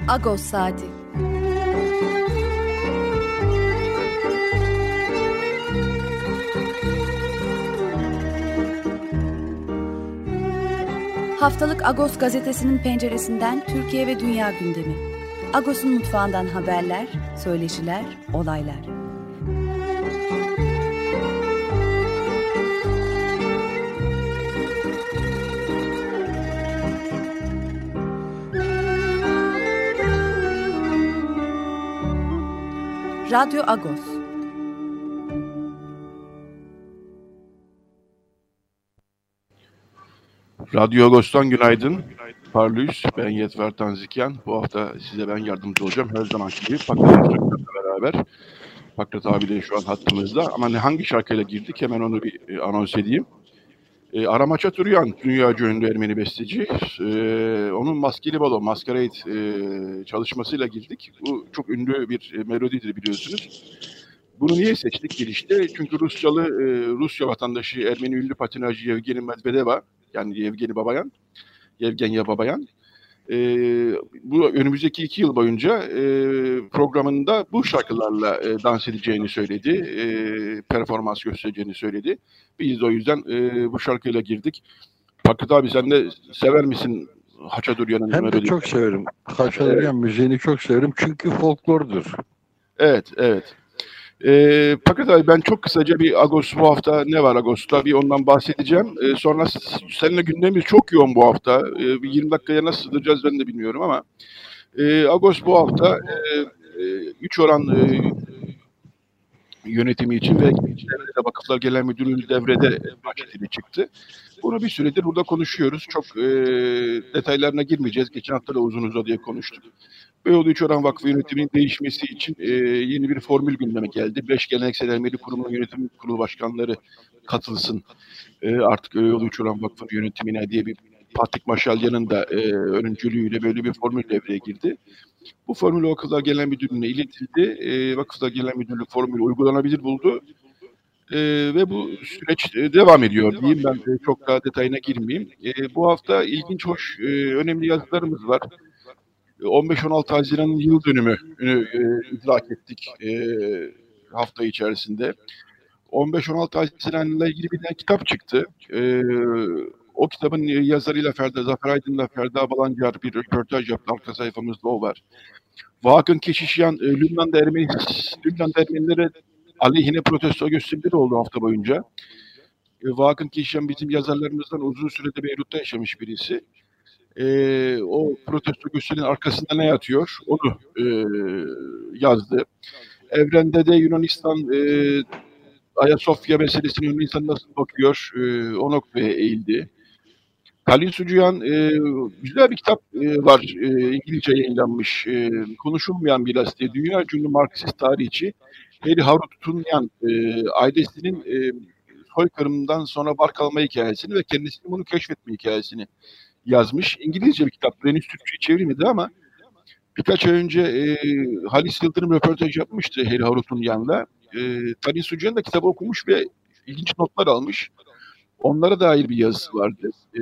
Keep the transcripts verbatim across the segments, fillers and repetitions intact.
Agos Saati. Haftalık Agos gazetesinin penceresinden Türkiye ve dünya gündemi. Agos'un mutfağından haberler, söyleşiler, olaylar. Radyo Agos. Radyo Agos'tan günaydın. Parlıyız. Ben Yetver Tanzikyan. Bu hafta size ben yardımcı olacağım. Her zamanki gibi Pakrat'la beraber. Pakrat abi de şu an hattımızda. Ama hangi şarkıyla girdik hemen onu bir e, anons edeyim. E, Aramaça Turyan, dünyaca ünlü Ermeni besteci. E, onun Maskeli Balo, Masquerade e, çalışmasıyla girdik. Bu çok ünlü bir e, melodidir biliyorsunuz. Bunu niye seçtik girişte? Çünkü Rusyalı, e, Rusya vatandaşı Ermeni ünlü patinajcı Yevgeni Medvedeva, yani Yevgeni Babayan, Yevgenya Babayan, e, bu önümüzdeki iki yıl boyunca e, programında bu şarkılarla e, dans edeceğini söyledi, e, performans göstereceğini söyledi. Biz de o yüzden e, bu şarkıyla girdik. Pakrat abi sen de sever misin Haçaduryan'ın Hem melodi? de çok severim. Haçaduryan evet. Müziğini çok severim çünkü folklordur. Evet, evet. Ee, Pakrat abi ben çok kısaca bir Agos bu hafta ne var Agos'ta bir ondan bahsedeceğim. Ee, sonra seninle gündemimiz çok yoğun bu hafta. Ee, bir yirmi dakikaya nasıl sığdıracağız ben de bilmiyorum ama e, Agos bu hafta üç e, e, oran e, yönetimi için ve devrede Vakıflar Genel Müdürlüğü devrede başlığıyla çıktı. Bunu bir süredir burada konuşuyoruz. Çok e, detaylarına girmeyeceğiz. Geçen hafta da uzun uzadıya konuştuk. Beyoğlu Üç Oran Vakfı yönetiminin değişmesi için e, yeni bir formül gündeme geldi. Beş geleneksel Ermeni kurumunun yönetim kurulu başkanları katılsın. E, artık Beyoğlu Üç Oran Vakfı yönetimine diye bir Patrik Maşalyan'ın da e, öncülüğüyle böyle bir formül devreye girdi. Bu formül Vakıflar Genel Müdürlüğü'ne iletildi. E, Vakıflar Genel Müdürlüğü formülü uygulanabilir buldu. E, ve bu süreç e, devam ediyor diyeyim. Ben e, çok daha detayına girmeyeyim. E, bu hafta ilginç, hoş, e, önemli yazılarımız var. on beş on altı Haziran'ın yıl dönümünü e, idrak ettik e, hafta içerisinde. on beş on altı Haziran'la ilgili bir tane kitap çıktı. E, o kitabın yazarıyla Ferda, Zafer Aydın'la Ferda Balancar bir röportaj yaptı. Arka sayfamızda o var. Vakın Keşişyan, e, Lübnan'da, Ermeni, Lübnan'da Ermenilere aleyhine protesto gösterileri oldu hafta boyunca. E, Vakın Keşişyan bizim yazarlarımızdan uzun sürede Beyrut'ta yaşamış birisi. Ee, o protesto gösterinin arkasında ne yatıyor onu e, yazdı. Evrende de Yunanistan e, Ayasofya meselesine Yunanistan nasıl bakıyor e, o noktaya eğildi. Kalin Sucuyan e, güzel bir kitap e, var, e, İngilizce yayınlanmış, e, konuşulmayan bir gazete, dünya ünlü Marksist tarihçi Harry Harutyunyan e, ailesinin e, soykırımından sonra var kalma hikayesini ve kendisinin bunu keşfetme hikayesini yazmış. İngilizce bir kitap. Henüz Türkçe'ye çevrilmedi ama birkaç ay önce e, Halis Yıldırım röportaj yapmıştı Harry Harutyunyan'la. E, Kalin Sucuyan da kitabı okumuş ve ilginç notlar almış. Onlara dair bir yazısı vardı. E,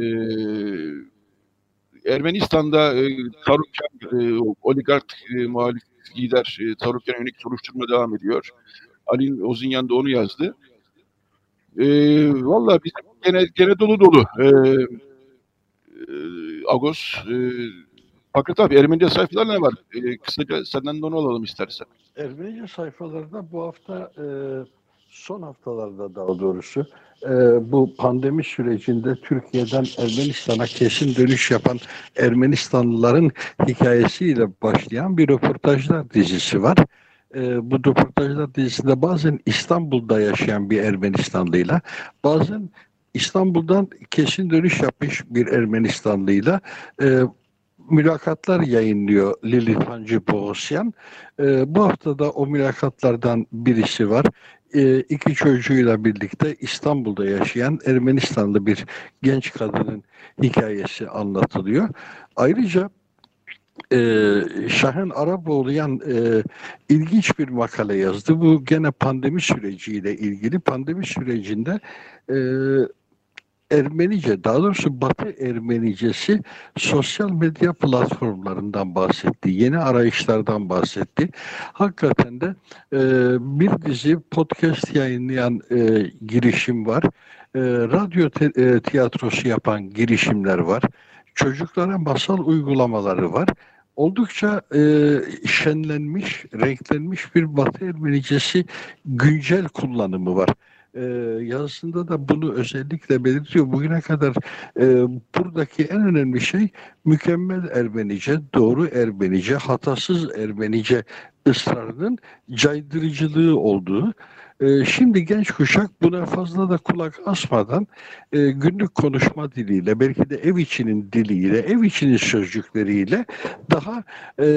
Ermenistan'da e, Tarukyan, e, oligark e, muhalif lider e, Tarukyan'a yönelik soruşturma devam ediyor. Ali Ozinyan da onu yazdı. E, Valla bizim gene, gene dolu dolu. E, Agos. E, Pakrat abi Ermenice sayfalar ne var? E, kısaca senden de onu alalım istersen. Ermenice sayfalarda bu hafta e, son haftalarda daha doğrusu e, bu pandemi sürecinde Türkiye'den Ermenistan'a kesin dönüş yapan Ermenistanlıların hikayesiyle başlayan bir röportajlar dizisi var. E, bu röportajlar dizisinde bazen İstanbul'da yaşayan bir Ermenistanlıyla, bazen İstanbul'dan kesin dönüş yapmış bir Ermenistanlıyla e, mülakatlar yayınlıyor Lilith Hancı-Boğosyan. E, bu haftada o mülakatlardan birisi var. E, iki çocuğuyla birlikte İstanbul'da yaşayan Ermenistanlı bir genç kadının hikayesi anlatılıyor. Ayrıca e, Şahin Araboğluyan e, ilginç bir makale yazdı. Bu gene pandemi süreciyle ilgili. Pandemi sürecinde e, Ermenice, daha doğrusu Batı Ermenicesi sosyal medya platformlarından bahsetti. Yeni arayışlardan bahsetti. Hakikaten de e, bir dizi podcast yayınlayan e, girişim var. E, radyo te- e, tiyatrosu yapan girişimler var. Çocuklara masal uygulamaları var. Oldukça e, şenlenmiş, renklenmiş bir Batı Ermenicesi güncel kullanımı var. Ee, yazısında da bunu özellikle belirtiyor. Bugüne kadar e, buradaki en önemli şey mükemmel Ermenice, doğru Ermenice, hatasız Ermenice ısrarının caydırıcılığı olduğu. E, şimdi genç kuşak buna fazla da kulak asmadan e, günlük konuşma diliyle, belki de ev içinin diliyle, ev içinin sözcükleriyle daha e,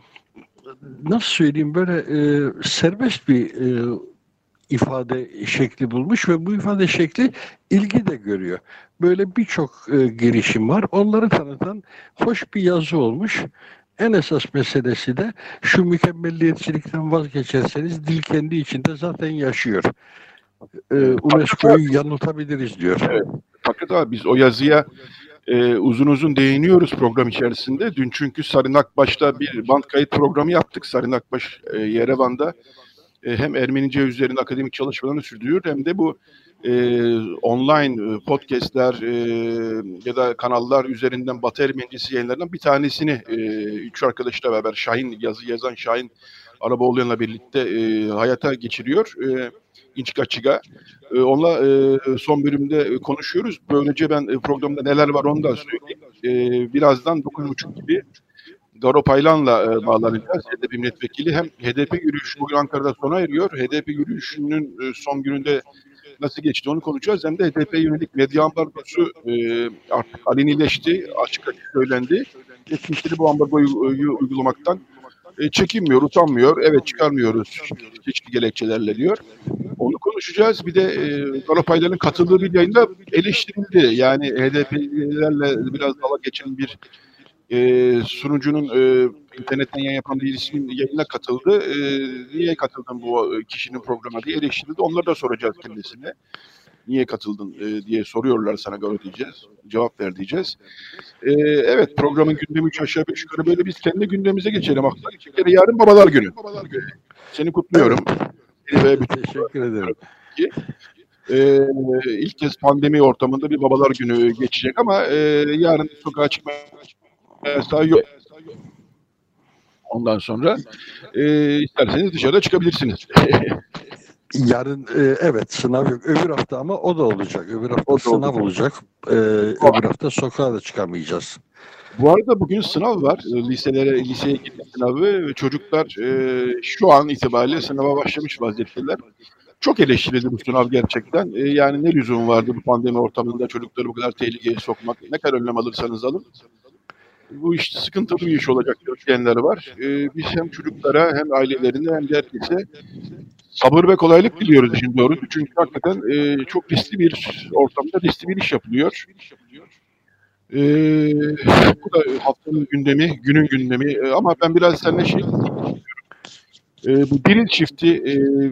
nasıl söyleyeyim böyle e, serbest bir e, ifade şekli bulmuş ve bu ifade şekli ilgi de görüyor. Böyle birçok e, girişim var. Onları tanıtan hoş bir yazı olmuş. En esas meselesi de şu mükemmelliyetçilikten vazgeçerseniz dil kendi içinde zaten yaşıyor. E, UNESCO'yu yanıltabiliriz diyor. Evet. Fakat abi biz o yazıya e, uzun uzun değiniyoruz program içerisinde. Dün çünkü Sarin Akbaş'ta bir band kayıt programı yaptık. Sarin Akbaş e, Yerevan'da e, hem Ermenice üzerinde akademik çalışmalarını sürdürüyor hem de bu e, online podcastler e, ya da kanallar üzerinden Batı Ermenicesi yayınlarından bir tanesini e, üç arkadaşla beraber Şahin yazı yazan Şahin Arabaoğlu'yla birlikte e, hayata geçiriyor. E, İnçkaçıga. E, onunla e, son bölümde konuşuyoruz. Böylece ben e, programda neler var onu da söyleyeyim. E, birazdan dokuz buçuk gibi Garo Paylan'la e, bağlanacağız. H D P milletvekili. Hem H D P yürüyüşü bugün Ankara'da sona eriyor. H D P yürüyüşünün e, son gününde nasıl geçti onu konuşacağız. Hem de H D P'ye yönelik medya ambargosu e, artık alenileşti. Açık açık söylendi. Ve kimse bu ambargoyu uygulamaktan e, çekinmiyor, utanmıyor. Evet çıkarmıyoruz çeşitli gerekçelerle diyor. Onu konuşacağız. Bir de e, Garo Paylan'ın katıldığı bir yayında eleştirildi. Yani H D P'lilerle biraz dalga geçen bir e, sunucunun e, internetten yayın yapan bir ismin yayına katıldı. E, niye katıldın bu kişinin programa diye eleştirildi. Onları da soracağız kendisine. Niye katıldın e, diye soruyorlar sana Garo diyeceğiz. Cevap ver diyeceğiz. E, evet programın gündemi üç aşağı beş yukarı böyle biz kendi gündemimize geçelim. Bir kere yarın Babalar Günü. Seni kutluyorum. Evet. Ve bütün teşekkür ederim. Ee, ilk kez pandemi ortamında bir Babalar Günü geçecek ama e, yarın sokağa çıkma yasağı yok. Ondan sonra e, isterseniz dışarıda çıkabilirsiniz. Yarın e, evet sınav yok. Öbür hafta ama o da olacak. Öbür hafta o sınav olacak. olacak. E, öbür hafta sokağa da çıkamayacağız. Bu arada bugün sınav var. Liselere, liseye gitme sınavı. Çocuklar e, şu an itibariyle sınava başlamış vaziyetteler. Çok eleştirildi bu sınav gerçekten. E, yani ne lüzum vardı bu pandemi ortamında çocukları bu kadar tehlikeye sokmak? Ne kadar önlem alırsanız alın. Bu iş sıkıntılı bir iş olacak diyenleri var. E, biz hem çocuklara hem ailelerine hem de herkese sabır ve kolaylık diliyoruz işin doğrusu. Çünkü hakikaten e, çok riskli bir ortamda riskli bir iş yapılıyor. E, bu da haftanın gündemi, günün gündemi. E, ama ben biraz seninle şey e, bu Diril çifti e,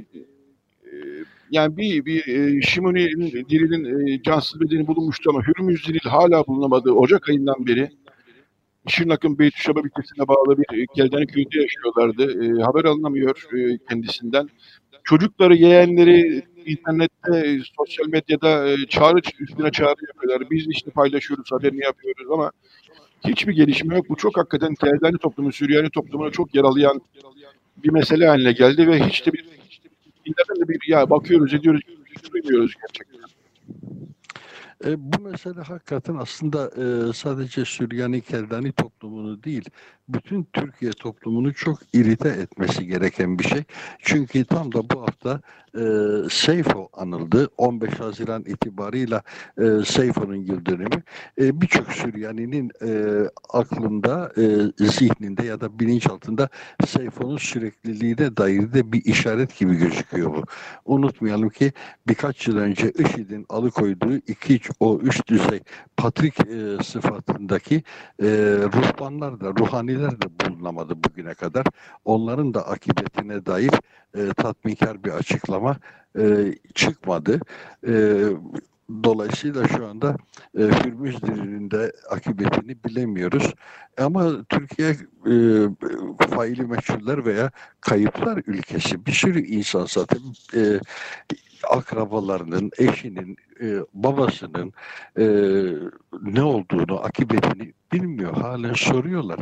yani bir, bir e, Şimoni'nin, Diril'in e, cansız bedeni bulunmuştu ama Hürmüz Diril hala bulunamadı. Ocak ayından beri Şırnak'ın Beytüşşaba ilçesine bağlı bir Geldani köyünde yaşıyorlardı. E, haber alınamıyor e, kendisinden. Çocukları, yeğenleri internette, e, sosyal medyada e, çağrı üstüne çağrı yapıyorlar. Biz işte paylaşıyoruz, haberini yapıyoruz ama hiçbir gelişme yok. Bu çok hakikaten Geldani toplumu, Süryani toplumuna çok yaralayan bir mesele haline geldi ve hiç de bir de bir ya bakıyoruz, ediyoruz, duymuyoruz gerçekten. E, bu mesele hakikaten aslında e, sadece Süryani Keldani toplumunu değil, bütün Türkiye toplumunu çok irite etmesi gereken bir şey. Çünkü tam da bu hafta e, Seyfo anıldı. on beş Haziran itibarıyla e, Seyfo'nun yıl dönümü. E, Birçok Süryani'nin e, aklında, e, zihninde ya da bilinçaltında Seyfo'nun sürekliliğine dair de bir işaret gibi gözüküyor bu. Unutmayalım ki birkaç yıl önce IŞİD'in alıkoyduğu iki o üst düzey patrik e, sıfatındaki e, ruhbanlar da, ruhaniler de bulunamadı bugüne kadar. Onların da akıbetine dair e, tatminkar bir açıklama e, çıkmadı. E, Dolayısıyla şu anda e, Hürmüz Denizi'nde akıbetini bilemiyoruz. Ama Türkiye e, faili meçhuller veya kayıplar ülkesi. Bir sürü insan zaten e, akrabalarının, eşinin, e, babasının e, ne olduğunu, akıbetini bilmiyor. Halen soruyorlar.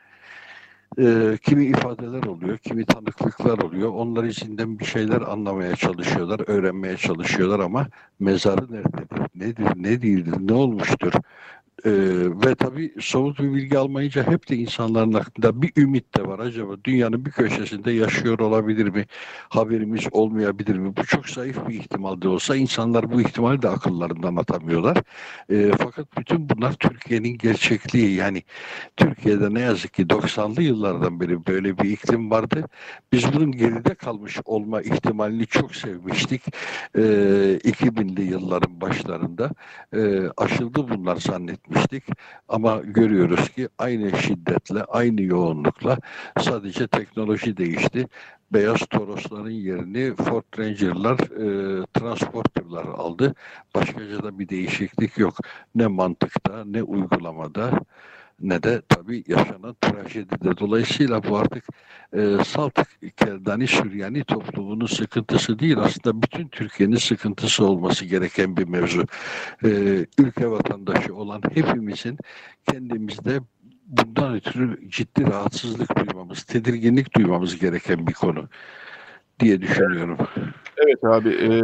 E, kimi ifadeler oluyor, kimi tanıklıklar oluyor. Onlar içinden bir şeyler anlamaya çalışıyorlar, öğrenmeye çalışıyorlar ama mezarı nerededir, nedir, ne değildir, ne olmuştur? Ee, ve tabii somut bir bilgi almayınca hep de insanların aklında bir ümit de var. Acaba dünyanın bir köşesinde yaşıyor olabilir mi? Haberimiz olmayabilir mi? Bu çok zayıf bir ihtimal de olsa insanlar bu ihtimali de akıllarından atamıyorlar. Ee, fakat bütün bunlar Türkiye'nin gerçekliği. Yani Türkiye'de ne yazık ki doksanlı yıllardan beri böyle bir iklim vardı. Biz bunun geride kalmış olma ihtimalini çok sevmiştik. Ee, iki binli yılların başlarında e, aşıldı bunlar zannetmiştik. Ama görüyoruz ki aynı şiddetle, aynı yoğunlukla sadece teknoloji değişti. Beyaz Torosların yerini Ford Ranger'lar, e, Transporter'lar aldı. Başkaca da bir değişiklik yok. Ne mantıkta, ne uygulamada, ne de tabii yaşanan trajedide. Dolayısıyla bu artık e, salt Keldani Süryani toplumunun sıkıntısı değil, aslında bütün Türkiye'nin sıkıntısı olması gereken bir mevzu. E, ülke vatandaşı olan hepimizin kendimizde bundan ötürü ciddi rahatsızlık duymamız, tedirginlik duymamız gereken bir konu diye düşünüyorum. Evet abi, e,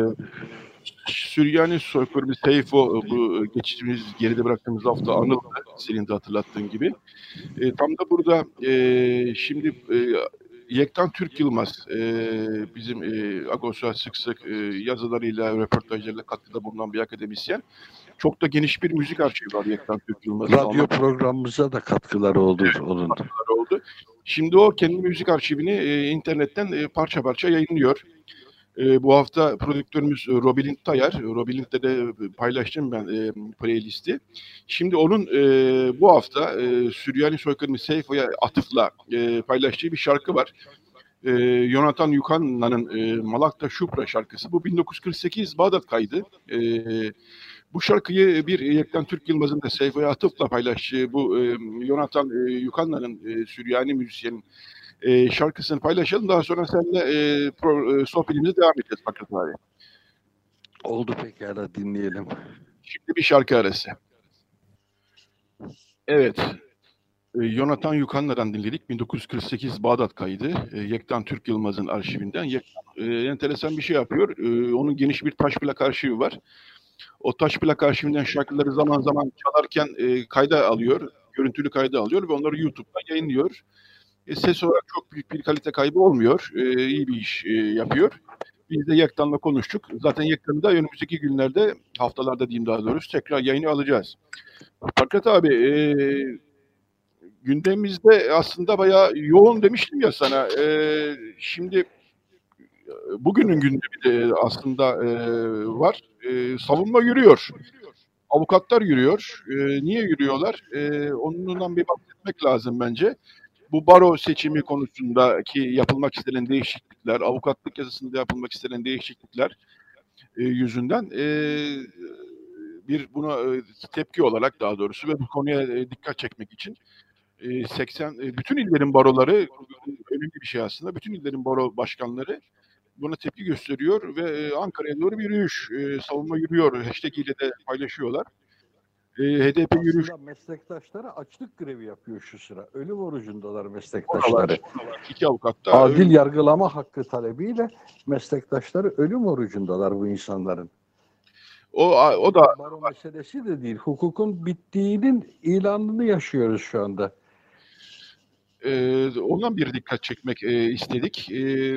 Süryani soykırımı Seyfo, bu geçtiğimiz geride bıraktığımız hafta anıldı, senin de hatırlattığın gibi. E, tam da burada e, şimdi e, Yektan Türk Yılmaz, e, bizim e, Agos'a sık sık e, yazılarıyla, röportajlarıyla katkıda bulunan bir akademisyen. Çok da geniş bir müzik arşivi var Yektan Türk Yılmaz'ın. Radyo programımıza da katkıları oldu onun. Katkıları oldu. Şimdi o kendi müzik arşivini e, internetten e, parça parça yayınlıyor. E, bu hafta prodüktörümüz Robilint Tayar. Robilint'te de paylaştım ben e, playlisti. Şimdi onun e, bu hafta e, Süryani soykırımı Seyfo'ya atıfla e, paylaştığı bir şarkı var. E, Yonatan Yukanna'nın e, Malakta Şupra şarkısı. Bu bin dokuz yüz kırk sekiz Bağdat kaydı. E, bu şarkıyı bir Yektan Türk Yılmaz'ın da Seyfo'ya atıfla paylaştığı bu e, Yonatan e, Yukanna'nın e, Süryani müzisyenin E, şarkısını paylaşalım. Daha sonra seninle e, pro, e, sohbetimize devam edeceğiz Fakret abi. Oldu, pekala, dinleyelim. Şimdi bir şarkı arası. Evet. E, Yonatan Yukanna'dan dinledik. bin dokuz yüz kırk sekiz Bağdat kaydı. E, Yektan Türk Yılmaz'ın arşivinden. Yektan e, enteresan bir şey yapıyor. E, onun geniş bir taş plak arşivi var. O taş plak arşivinden şarkıları zaman zaman çalarken e, kayda alıyor. Görüntülü kayda alıyor ve onları YouTube'da yayınlıyor. E, ses olarak çok büyük bir kalite kaybı olmuyor. E, iyi bir iş e, yapıyor. Biz de Yektan'la konuştuk. Zaten Yektan'ı da önümüzdeki günlerde, haftalarda diyeyim daha doğrusu, tekrar yayını alacağız. Fakat abi e, gündemimizde aslında bayağı yoğun demiştim ya sana. E, şimdi bugünün gündemi de aslında e, var. E, savunma yürüyor. Avukatlar yürüyor. E, niye yürüyorlar? E, ondan bir bahsetmek lazım bence. Bu baro seçimi konusundaki yapılmak istenen değişiklikler, avukatlık yasasında yapılmak istenen değişiklikler e, yüzünden e, bir buna e, tepki olarak daha doğrusu ve bu konuya e, dikkat çekmek için e, seksen e, bütün illerin baroları, önemli bir şey aslında, bütün illerin baro başkanları buna tepki gösteriyor ve e, Ankara'ya doğru bir yürüyüş, e, savunma yürüyor, hashtag ile de paylaşıyorlar. E, H D P yürüyüş. Aslında meslektaşları açlık grevi yapıyor şu sıra. Ölüm orucundalar meslektaşları. İki avukat da Adil ölüm. yargılama hakkı talebiyle meslektaşları ölüm orucundalar bu insanların. O, o da baro meselesi de değil. Hukukun bittiğinin ilanını yaşıyoruz şu anda. Ee, ondan bir dikkat çekmek e, istedik. E,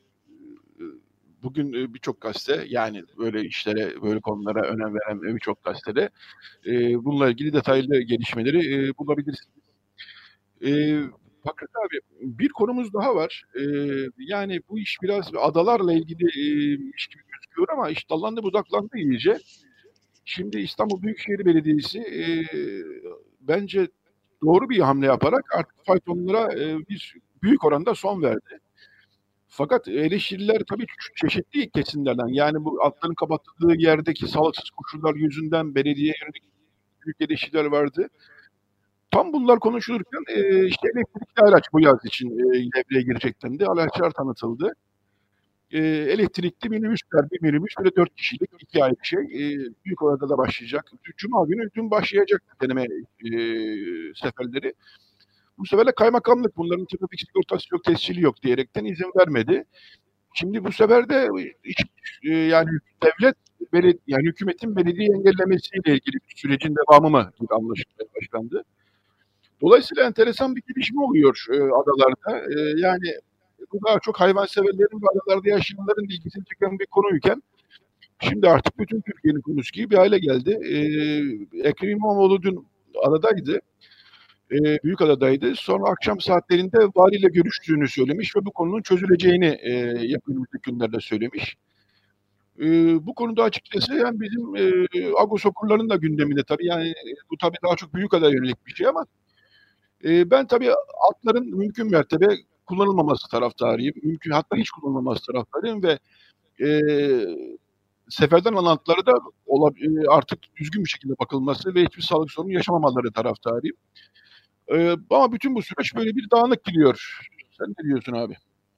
bugün e, birçok gazete, yani böyle işlere, böyle konulara önem veren birçok gazetede e, bununla ilgili detaylı gelişmeleri e, bulabilirsiniz. E, Fakat abi bir konumuz daha var. E, yani bu iş biraz adalarla ilgili e, iş gibi gözüküyor ama iş dallandı budaklandı iyice. Şimdi İstanbul Büyükşehir Belediyesi e, bence doğru bir hamle yaparak artık faytonlara e, bir büyük oranda son verdi. Fakat eleştiriler tabii çeşitli kesimlerden. Yani bu atların kapatıldığı yerdeki sağlıksız koşullar yüzünden belediyeye yönelik büyük eleştiriler vardı. Tam bunlar konuşulurken e, işte elektrikli araç bu yaz için e, devreye girecek dendi. Araçlar tanıtıldı. E, elektrikli minibüsler, bir minibüs ve dört kişilik iki ayrı şey. E, büyük orada da başlayacak. Cuma günü dün başlayacak deneme e, seferleri. Bu sefer de kaymakamlık bunların trafik sigortası yok, tescili yok diyerekten izin vermedi. Şimdi bu sefer de hiç, e, yani devlet beled- yani hükümetin belediye engellemesiyle ilgili bir sürecin devamı mı gibi anlaşılmaya başlandı. Dolayısıyla enteresan bir gelişme oluyor e, adalarda. E, yani bu daha çok hayvanseverlerin ve adalarda yaşayanların ilgisini çeken bir konuyken şimdi artık bütün Türkiye'nin konusu gibi bir hale geldi. E, Ekrem İmamoğlu dün adadaydı. E, Büyükada'daydı. Sonra akşam saatlerinde valiyle görüştüğünü söylemiş ve bu konunun çözüleceğini e, yakın günlerde söylemiş. E, bu konuda açıkçası yani bizim e, Agos okurlarının da gündeminde tabii yani bu tabii daha çok Büyükada'ya yönelik bir şey ama e, ben tabii atların mümkün mertebe kullanılmaması taraftarıyım. Mümkün hatta hiç kullanılmaması taraftarıyım ve e, seferden alan atlara da olab- e, artık düzgün bir şekilde bakılması ve hiçbir sağlık sorunu yaşamamaları taraftarıyım. Ee, ama bütün bu süreç böyle bir dağınık gidiyor. Sen ne diyorsun abi?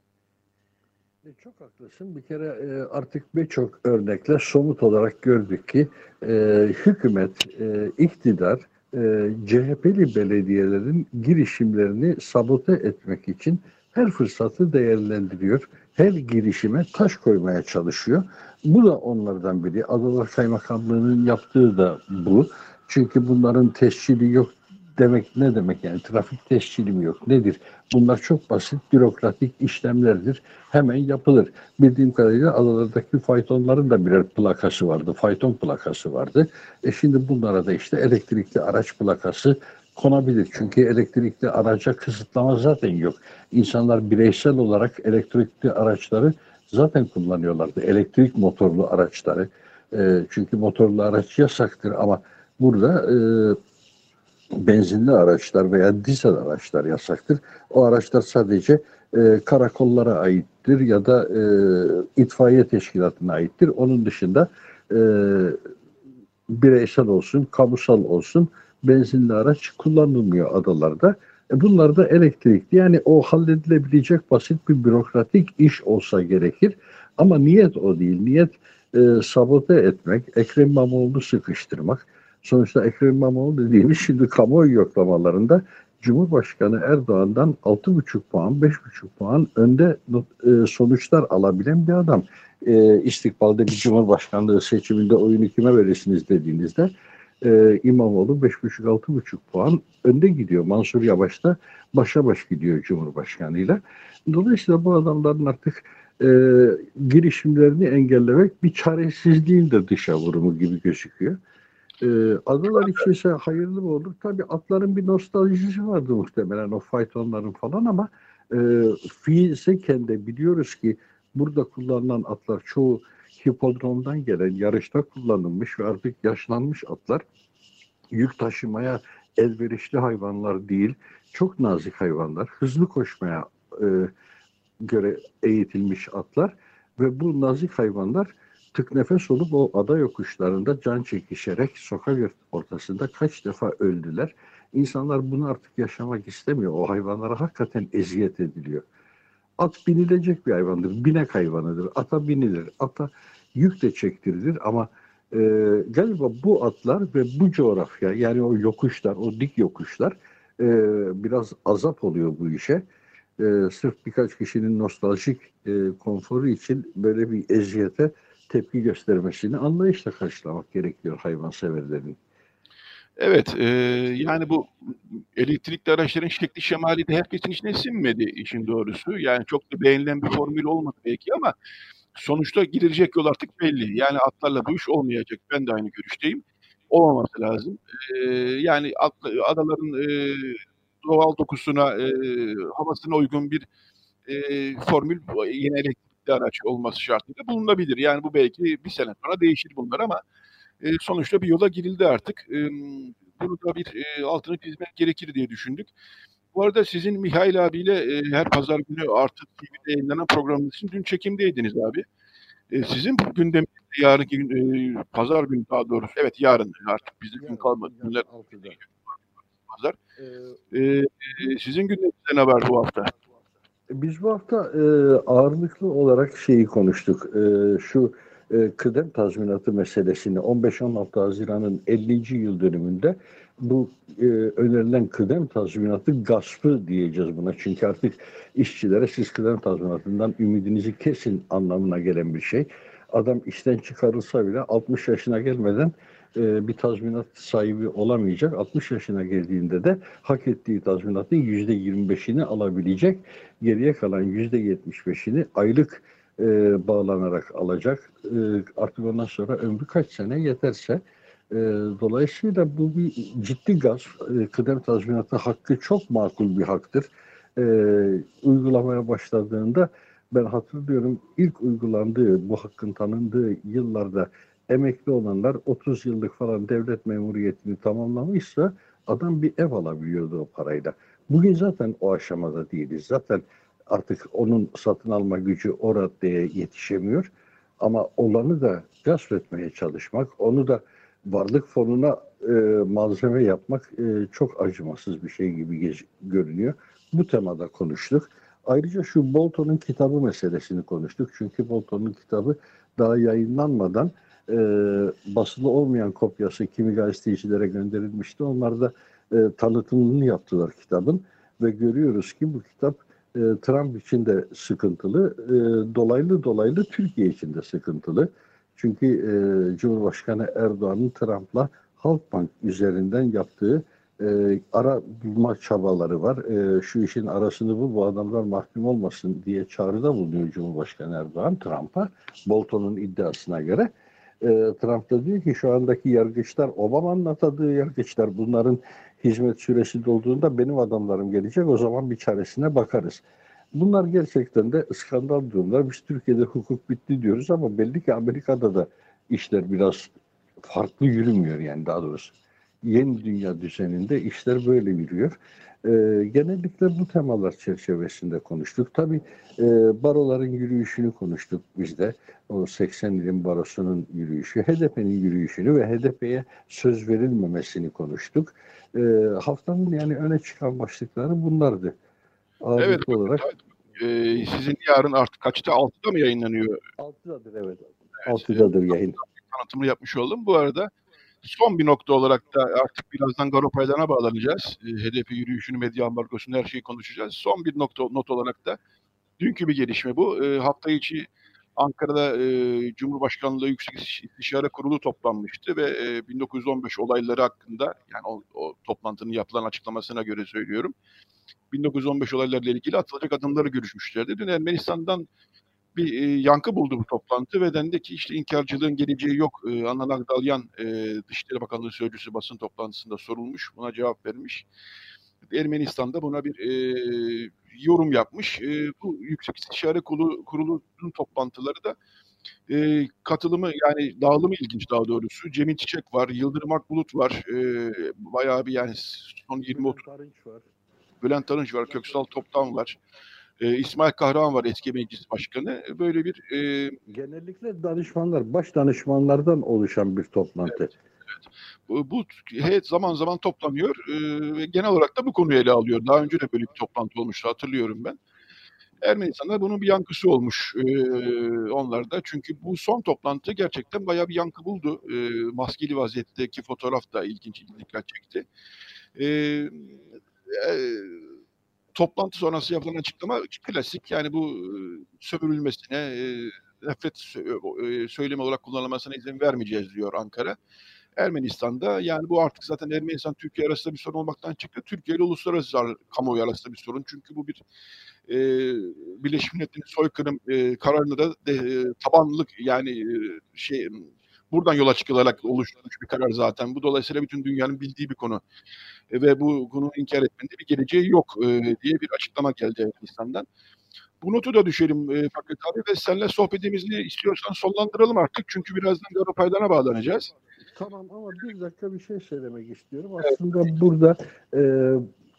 E, Çok haklısın. Bir kere e, artık birçok örnekle somut olarak gördük ki e, hükümet, e, iktidar, e, C H P'li belediyelerin girişimlerini sabote etmek için her fırsatı değerlendiriyor. Her girişime taş koymaya çalışıyor. Bu da onlardan biri. Adalar Kaymakamlığı'nın yaptığı da bu. Çünkü bunların tescili yok demek ne demek yani? Trafik tescili mi yok? Nedir? Bunlar çok basit bürokratik işlemlerdir. Hemen yapılır. Bildiğim kadarıyla adalardaki faytonların da birer plakası vardı. Fayton plakası vardı. E şimdi bunlara da işte elektrikli araç plakası konabilir. Çünkü elektrikli araca kısıtlama zaten yok. İnsanlar bireysel olarak elektrikli araçları zaten kullanıyorlardı. Elektrik motorlu araçları. E, çünkü motorlu araç yasaktır ama burada e, benzinli araçlar veya dizel araçlar yasaktır. O araçlar sadece e, karakollara aittir ya da e, itfaiye teşkilatına aittir. Onun dışında e, bireysel olsun, kamusal olsun benzinli araç kullanılmıyor adalarda. E, bunlar da elektrikli. Yani o halledilebilecek basit bir bürokratik iş olsa gerekir. Ama niyet o değil. Niyet e, sabote etmek, Ekrem İmamoğlu'nu sıkıştırmak. Sonuçta Ekrem İmamoğlu dediğimiz şimdi kamuoyu yoklamalarında Cumhurbaşkanı Erdoğan'dan altı buçuk puan, beş buçuk puan önde e, sonuçlar alabilen bir adam. E, istikbalde bir Cumhurbaşkanlığı seçiminde oyunu kime verirsiniz dediğinizde e, İmamoğlu beş buçuk altı buçuk puan önde gidiyor. Mansur Yavaş da başa baş gidiyor Cumhurbaşkanıyla. Dolayısıyla bu adamların artık e, girişimlerini engellemek bir çaresizliğin de dışa vurumu gibi gözüküyor. Ee, adalar için ise hayırlı mı olur? Tabii atların bir nostaljisi vardı muhtemelen o faytonların falan ama e, fiziken de biliyoruz ki burada kullanılan atlar çoğu hipodromdan gelen yarışta kullanılmış ve artık yaşlanmış atlar. Yük taşımaya elverişli hayvanlar değil, çok nazik hayvanlar, hızlı koşmaya e, göre eğitilmiş atlar ve bu nazik hayvanlar tık nefes olup o ada yokuşlarında can çekişerek sokak ortasında kaç defa öldüler. İnsanlar bunu artık yaşamak istemiyor. O hayvanlara hakikaten eziyet ediliyor. At binilecek bir hayvandır. Binek hayvanıdır. Ata binilir. Ata yük de çektirilir ama e, galiba bu atlar ve bu coğrafya yani o yokuşlar, o dik yokuşlar e, biraz azap oluyor bu işe. E, sırf birkaç kişinin nostaljik e, konforu için böyle bir eziyete tepki göstermesini anlayışla karşılamak gerekiyor hayvanseverlerin. Evet, e, yani bu elektrikli araçların şekli şemali de herkesin içine sinmedi işin doğrusu. Yani çok da beğenilen bir formül olmadı belki ama sonuçta gidilecek yol artık belli. Yani atlarla bu iş olmayacak. Ben de aynı görüşteyim. Olmaması lazım. E, yani atla, adaların e, doğal dokusuna, e, havasına uygun bir e, formül yine elektrikli araç olması şartıyla bulunabilir. Yani bu belki bir sene sonra değişir bunlar ama e, sonuçta bir yola girildi artık. E, bunu da bir e, altını çizmek gerekir diye düşündük. Bu arada sizin Mihail abiyle e, her pazar günü Artı T V'de yayınlanan programınız için dün çekimdeydiniz abi. E, sizin bu gündeminizde yarınki gün, e, pazar günü daha doğrusu, evet yarın artık bizde gün kalmadı. Günler altıda. pazar. E, e, sizin gündeminizde ne var bu hafta? Biz bu hafta e, ağırlıklı olarak şeyi konuştuk. E, şu e, kıdem tazminatı meselesini on beş on altı Haziran'ın ellinci yıl dönümünde bu e, önerilen kıdem tazminatı gaspı diyeceğiz buna. Çünkü artık işçilere siz kıdem tazminatından ümidinizi kesin anlamına gelen bir şey. Adam işten çıkarılsa bile altmış yaşına gelmeden e, bir tazminat sahibi olamayacak. altmış yaşına geldiğinde de hak ettiği tazminatın yüzde yirmi beşini alabilecek. Geriye kalan yüzde yetmiş beşini aylık e, bağlanarak alacak. E, artık ondan sonra ömrü kaç sene yeterse. E, dolayısıyla bu bir ciddi gaz. E, kıdem tazminatı hakkı çok makul bir haktır. E, uygulamaya başladığında ben hatırlıyorum ilk uygulandığı, bu hakkın tanındığı yıllarda emekli olanlar otuz yıllık falan devlet memuriyetini tamamlamışsa adam bir ev alabiliyordu o parayla. Bugün zaten o aşamada değiliz. Zaten artık onun satın alma gücü o raddeye yetişemiyor. Ama olanı da gasp etmeye çalışmak, onu da varlık fonuna e, malzeme yapmak e, çok acımasız bir şey gibi gez- görünüyor. Bu temada konuştuk. Ayrıca şu Bolton'un kitabı meselesini konuştuk. Çünkü Bolton'un kitabı daha yayınlanmadan e, basılı olmayan kopyası kimi gazetecilere gönderilmişti. Onlar da e, tanıtımını yaptılar kitabın ve görüyoruz ki bu kitap e, Trump için de sıkıntılı, e, dolaylı dolaylı Türkiye için de sıkıntılı. Çünkü e, Cumhurbaşkanı Erdoğan'ın Trump'la Halkbank üzerinden yaptığı e, ara bulma çabaları var. E, şu işin arasını bul, bu adamlar mahkum olmasın diye çağrıda bulunuyor Cumhurbaşkanı Erdoğan Trump'a, Bolton'un iddiasına göre. E, Trump da diyor ki şu andaki yargıçlar, Obama'nın atadığı yargıçlar, bunların hizmet süresi dolduğunda benim adamlarım gelecek, o zaman bir çaresine bakarız. Bunlar gerçekten de skandal durumlar. Biz Türkiye'de hukuk bitti diyoruz ama belli ki Amerika'da da işler biraz farklı yürümüyor, yani daha doğrusu. Yeni dünya düzeninde işler böyle yürüyor. Ee, genellikle bu temalar çerçevesinde konuştuk. Tabii e, baroların yürüyüşünü konuştuk biz de. O seksen ilin barosunun yürüyüşü, H D P'nin yürüyüşünü ve H D P'ye söz verilmemesini konuştuk. Ee, haftanın yani öne çıkan başlıkları bunlardı. Ağırlıklı Evet, olarak. E, sizin yarın artık kaçta? altıda mı yayınlanıyor? altıdadır evet. Evet, altıdadır yayın. Tanıtımını yapmış oldum. Bu arada son bir nokta olarak da artık birazdan Garo Paydan'a bağlanacağız. E, H D P yürüyüşünü, medya ambargosunu, her şeyi konuşacağız. Son bir nokta not olarak da dünkü bir gelişme bu. E, hafta içi Ankara'da e, Cumhurbaşkanlığı Yüksek İstişare Kurulu toplanmıştı ve e, bin dokuz yüz on beş olayları hakkında, yani o, o toplantının yapılan açıklamasına göre söylüyorum, bin dokuz yüz on beş olaylarla ilgili atılacak adımları görüşmüşlerdi. Dün Ermenistan'dan bir e, yankı buldu bu toplantı ve dendi ki işte inkarcılığın geleceği yok. E, Adnan Akdalyan, e, Dışişleri Bakanlığı Sözcüsü, basın toplantısında sorulmuş. Buna cevap vermiş. Ermenistan'da buna bir e, yorum yapmış. E, bu Yüksek İstişare Kurulu, Kurulu'nun toplantıları da e, katılımı, yani dağılımı ilginç daha doğrusu. Cemil Çiçek var, Yıldırım Akbulut var. E, bayağı bir, yani son yirmi otuz. Bülent Arınç var. Bülent Arınç var, Köksal Toptan var. E, İsmail Kahraman var, eski meclis başkanı. Böyle bir... E, Genellikle danışmanlar, baş danışmanlardan oluşan bir toplantı. Evet, evet. Bu, bu heyet zaman zaman toplanıyor e, ve genel olarak da bu konuyu ele alıyor. Daha önce de böyle bir toplantı olmuştu, hatırlıyorum ben. Ermenistan'da bunun bir yankısı olmuş e, onlarda. Çünkü bu son toplantı gerçekten bayağı bir yankı buldu. E, maskeli vaziyetteki fotoğraf da ilginç, dikkat çekti. E, e, Toplantı sonrası yapılan açıklama klasik, yani bu e, sömürülmesine, e, nefret sö- e, söylemi olarak kullanılmasına izin vermeyeceğiz diyor Ankara. Ermenistan'da, yani bu artık zaten Ermenistan Türkiye arasında bir sorun olmaktan çıktı. Türkiye ile uluslararası kamuoyu arasında bir sorun. Çünkü bu bir e, Birleşmiş Milletler'in soykırım e, kararını da de, e, tabanlık, yani e, şey buradan yola çıkılarak oluşturmuş bir karar zaten. Bu dolayısıyla bütün dünyanın bildiği bir konu. E, ve bu konuyu inkar etmenin de bir geleceği yok e, diye bir açıklama geldi Ermenistan'dan. Bu notu da düşelim e, Fakret abi ve seninle sohbetimizi istiyorsan sonlandıralım artık. Çünkü birazdan Garo Paydan'a bağlanacağız. Tamam ama bir dakika bir şey söylemek istiyorum. Aslında evet. Burada e,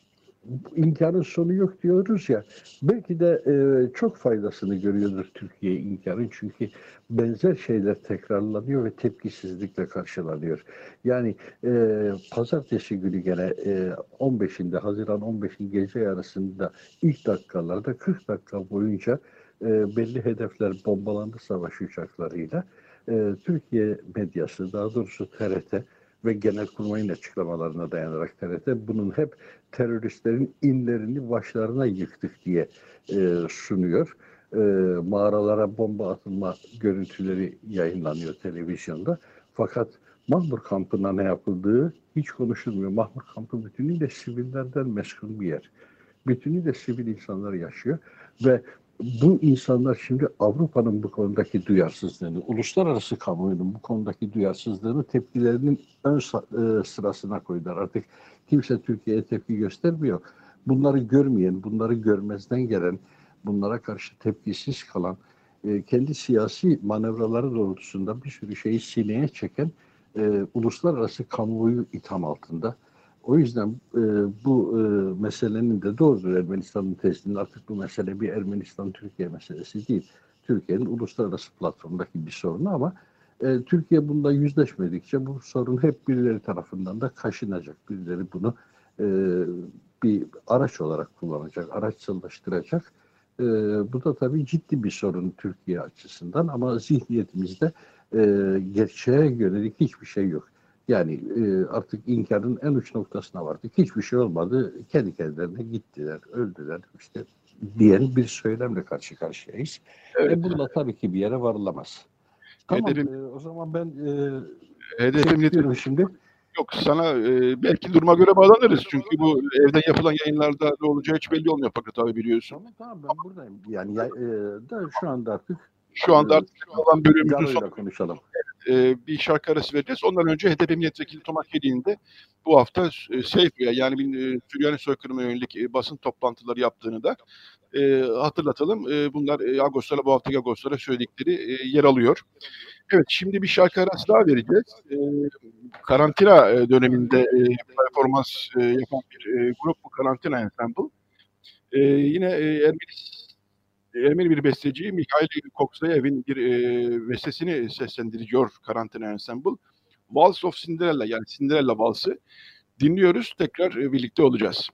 inkarın sonu yok diyoruz ya, belki de e, çok faydasını görüyordur Türkiye inkarın, çünkü benzer şeyler tekrarlanıyor ve tepkisizlikle karşılanıyor. Yani e, pazartesi günü gene e, on beşinde Haziran on beşin gece yarısında ilk dakikalarda kırk dakika boyunca e, belli hedefler bombalandı savaş uçaklarıyla. E, Türkiye medyası, daha doğrusu T R T ve Genelkurmay'ın açıklamalarına dayanarak T R T bunun hep teröristlerin inlerini başlarına yıktık diye e, sunuyor. E, mağaralara bomba atılma görüntüleri yayınlanıyor televizyonda. Fakat Mahmur kampına ne yapıldığı hiç konuşulmuyor. Mahmur kampı bütünüyle sivillerden meşgul bir yer. Bütünüyle sivil insanlar yaşıyor ve bu insanlar şimdi Avrupa'nın bu konudaki duyarsızlığını, uluslararası kamuoyunun bu konudaki duyarsızlığını tepkilerinin ön sırasına koydular. Artık kimse Türkiye'ye tepki göstermiyor. Bunları görmeyen, bunları görmezden gelen, bunlara karşı tepkisiz kalan, kendi siyasi manevraları doğrultusunda bir sürü şeyi sineye çeken e, uluslararası kamuoyu itham altında. O yüzden e, bu e, meselenin de doğrudur Ermenistan'ın tezinin, artık bu mesele bir Ermenistan-Türkiye meselesi değil. Türkiye'nin uluslararası platformdaki bir sorunu, ama e, Türkiye bununla yüzleşmedikçe bu sorun hep birileri tarafından da kaşınacak. Birileri bunu e, bir araç olarak kullanacak, araçsallaştıracak. E, bu da tabii ciddi bir sorun Türkiye açısından, ama zihniyetimizde e, gerçeğe yönelik hiçbir şey yok. Yani e, artık inkarın en uç noktasına vardık. Hiçbir şey olmadı. Kendi kendilerine gittiler, öldüler işte diyen bir söylemle karşı karşıyayız. Evet. E, bununla tabii ki bir yere varılamaz. Tamam, hedefim, e, o zaman ben e, hedefim şimdi. Yok, sana e, belki duruma göre bağlanırız. Çünkü bu evden yapılan yayınlarda ne olacağı hiç belli olmuyor Fakat abi, biliyorsun. Tamam tamam, ben buradayım. Yani ya, e, da şu anda artık şu anda artık olan bölümümüzün sonunda konuşalım. E, bir şarkı arası vereceğiz. Ondan önce H D P milletvekili Tomak Gedi'nin de bu hafta e, Seyfiye, yani bir e, Süryani soykırımına yönelik e, basın toplantıları yaptığını da e, hatırlatalım. E, bunlar e, Ağustos'ta, bu haftaki Ağustos'ta söyledikleri e, yer alıyor. Evet, şimdi bir şarkı arası daha vereceğiz. E, karantina döneminde e, performans e, yapan bir e, grup bu Karantina Ensemble. E, yine e, Ermeni Ermeni bir besteci Mikhail Koksayev'in bir e, bestesini seslendiriyor Karantina Ensemble. Waltz of Cinderella, yani Cinderella Valsı dinliyoruz. Tekrar e, birlikte olacağız.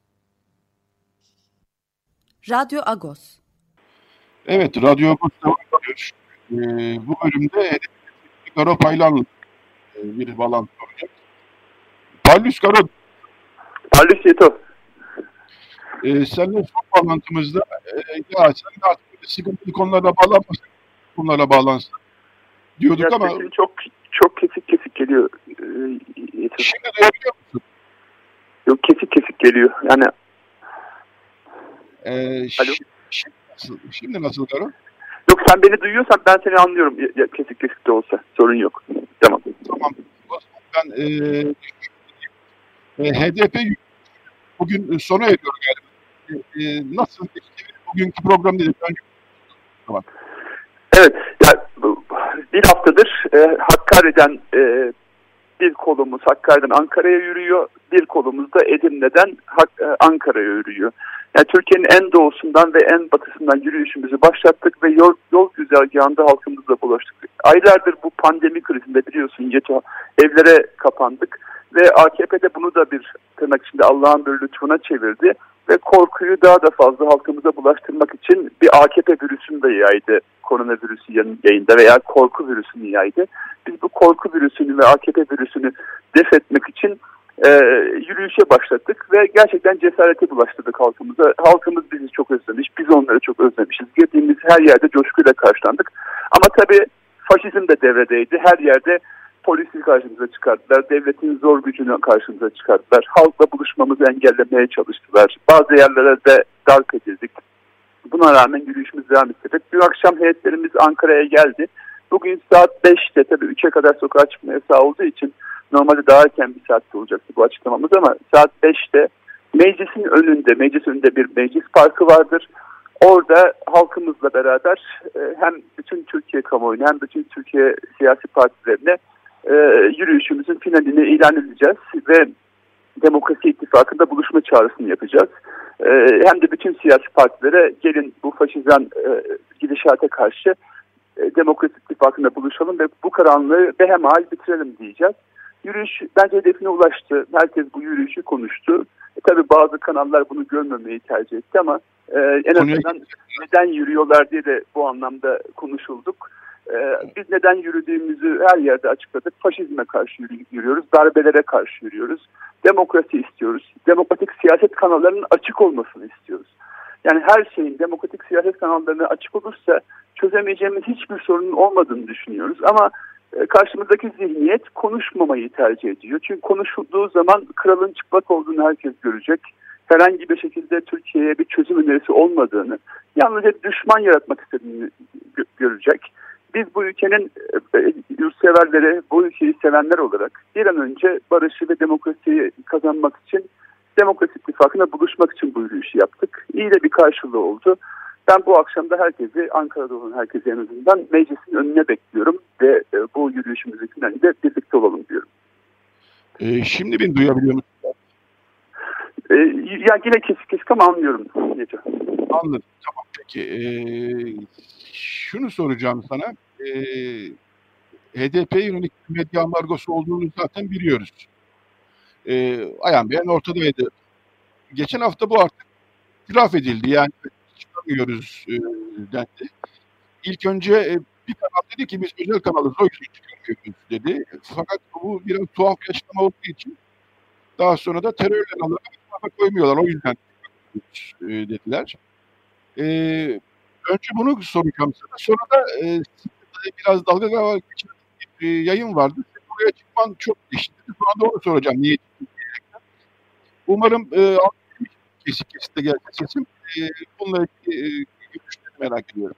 Radyo Agos. Evet, Radyo Agos devam ediyor. E, bu bölümde Garo Paylan'la e, bir bağlantı olacak. Paulus Garo. Paulus Yeto. E, seninle son bağlantımızda e, ya sen artık sıkıntılı konularla bağlanmasın, bunlarla bağlansın diyorduk ya, ama çok çok kesik kesik geliyor. Ee, şimdi duyabiliyor musun? Yok, kesik kesik geliyor. Yani ee, Alo? Şimdi nasıl? Şimdi nasıl Garo? Yok, sen beni duyuyorsan ben seni anlıyorum. Ya, kesik kesik de olsa sorun yok. Tamam. Tamam. Ben e, e, H D P bugün sona eriyor galiba. E, e, nasıl bugünkü program dedik? Önce tamam. Evet, yani bir haftadır e, Hakkari'den e, bir kolumuz Hakkari'den Ankara'ya yürüyor, bir kolumuz da Edirne'den Hak- e, Ankara'ya yürüyor. Yani Türkiye'nin en doğusundan ve en batısından yürüyüşümüzü başlattık ve yol, yol güzergahında halkımızla buluştuk. Aylardır bu pandemi krizinde biliyorsun Yeto, evlere kapandık ve A K P de bunu da bir tırnak içinde Allah'ın bir lütfuna çevirdi. Ve korkuyu daha da fazla halkımıza bulaştırmak için bir A K P virüsünü de yaydı. Koronavirüsü yayında veya korku virüsünü yaydı. Biz bu korku virüsünü ve A K P virüsünü def etmek için e, yürüyüşe başladık. Ve gerçekten cesareti bulaştırdık halkımıza. Halkımız bizi çok özlemiş, biz onları çok özlemişiz. Girdiğimiz her yerde coşkuyla karşılandık. Ama tabii faşizm de devredeydi. Her yerde polisi karşımıza çıkarttılar. Devletin zor gücünü karşımıza çıkarttılar. Halkla buluşmamızı engellemeye çalıştılar. Bazı yerlere de darp edildik. Buna rağmen yürüyüşümüz devam ettik. Dün akşam heyetlerimiz Ankara'ya geldi. Bugün saat beşte, tabii üçe kadar sokağa çıkma yasağı olduğu için normalde daha erken bir saatte olacaktı bu açıklamamız, ama saat beşte meclisin önünde, meclis önünde bir meclis parkı vardır. Orada halkımızla beraber hem bütün Türkiye kamuoyuna hem bütün Türkiye siyasi partilerine Ee, yürüyüşümüzün finalini ilan edeceğiz ve Demokrasi İttifakı'nda buluşma çağrısını yapacağız. E, hem de bütün siyasi partilere gelin bu faşizan e, gidişata karşı e, Demokrasi İttifakı'nda buluşalım ve bu karanlığı behemahal bitirelim diyeceğiz. Yürüyüş bence hedefine ulaştı. Herkes bu yürüyüşü konuştu. E, tabii bazı kanallar bunu görmemeyi tercih etti ama e, en azından neden yürüyorlar diye de bu anlamda konuşulduk. E, biz neden yürüdüğümüzü her yerde açıkladık. Faşizme karşı yürüyoruz, darbelere karşı yürüyoruz. Demokrasi istiyoruz. Demokratik siyaset kanallarının açık olmasını istiyoruz. Yani her şeyin demokratik siyaset kanallarına açık olursa çözemeyeceğimiz hiçbir sorunun olmadığını düşünüyoruz. Ama karşımızdaki zihniyet konuşmamayı tercih ediyor. Çünkü konuşulduğu zaman kralın çıplak olduğunu herkes görecek. Herhangi bir şekilde Türkiye'ye bir çözüm önerisi olmadığını, yalnızca düşman yaratmak istediğini görecek. Biz bu ülkenin yurtseverleri, bu ülkeyi sevenler olarak bir an önce barışı ve demokrasiyi kazanmak için Demokrasi İttifakı'na buluşmak için bu yürüyüşü yaptık. İyi de bir karşılığı oldu. Ben bu akşam da herkesi, Ankara'da olan herkesi en azından meclisin önüne bekliyorum ve bu yürüyüşümüzün de birlikte olalım diyorum. Ee, şimdi beni duyabiliyor musun? Ee, ya yine kesik kesik ama anlıyorum. Anladım. Tamam peki. Ee, şunu soracağım sana. Ee, H D P'ye yönelik medya ambargosu olduğunu zaten biliyoruz. Ee, Ayhan Bey'in ortadaydı. Geçen hafta bu artık itiraf edildi. Yani çıkamıyoruz e, dendi. İlk önce e, bir kanal dedi ki biz özel kanalız, o yüzden çıkamıyoruz dedi. Fakat bu biraz tuhaf bir açıklama olduğu için daha sonra da terör kanallarına bir koymuyorlar. O yüzden e, dediler. E, önce bunu soracağım sana. Sonra da e, biraz dalga geçen bir e, yayın vardı. Senin oraya çıkman çok değişti. Sonra da onu soracağım. Niye çıktın? Umarım e, kesik kesik de geldi sesim. E, bununla ilgili e, görüşleri merak ediyorum.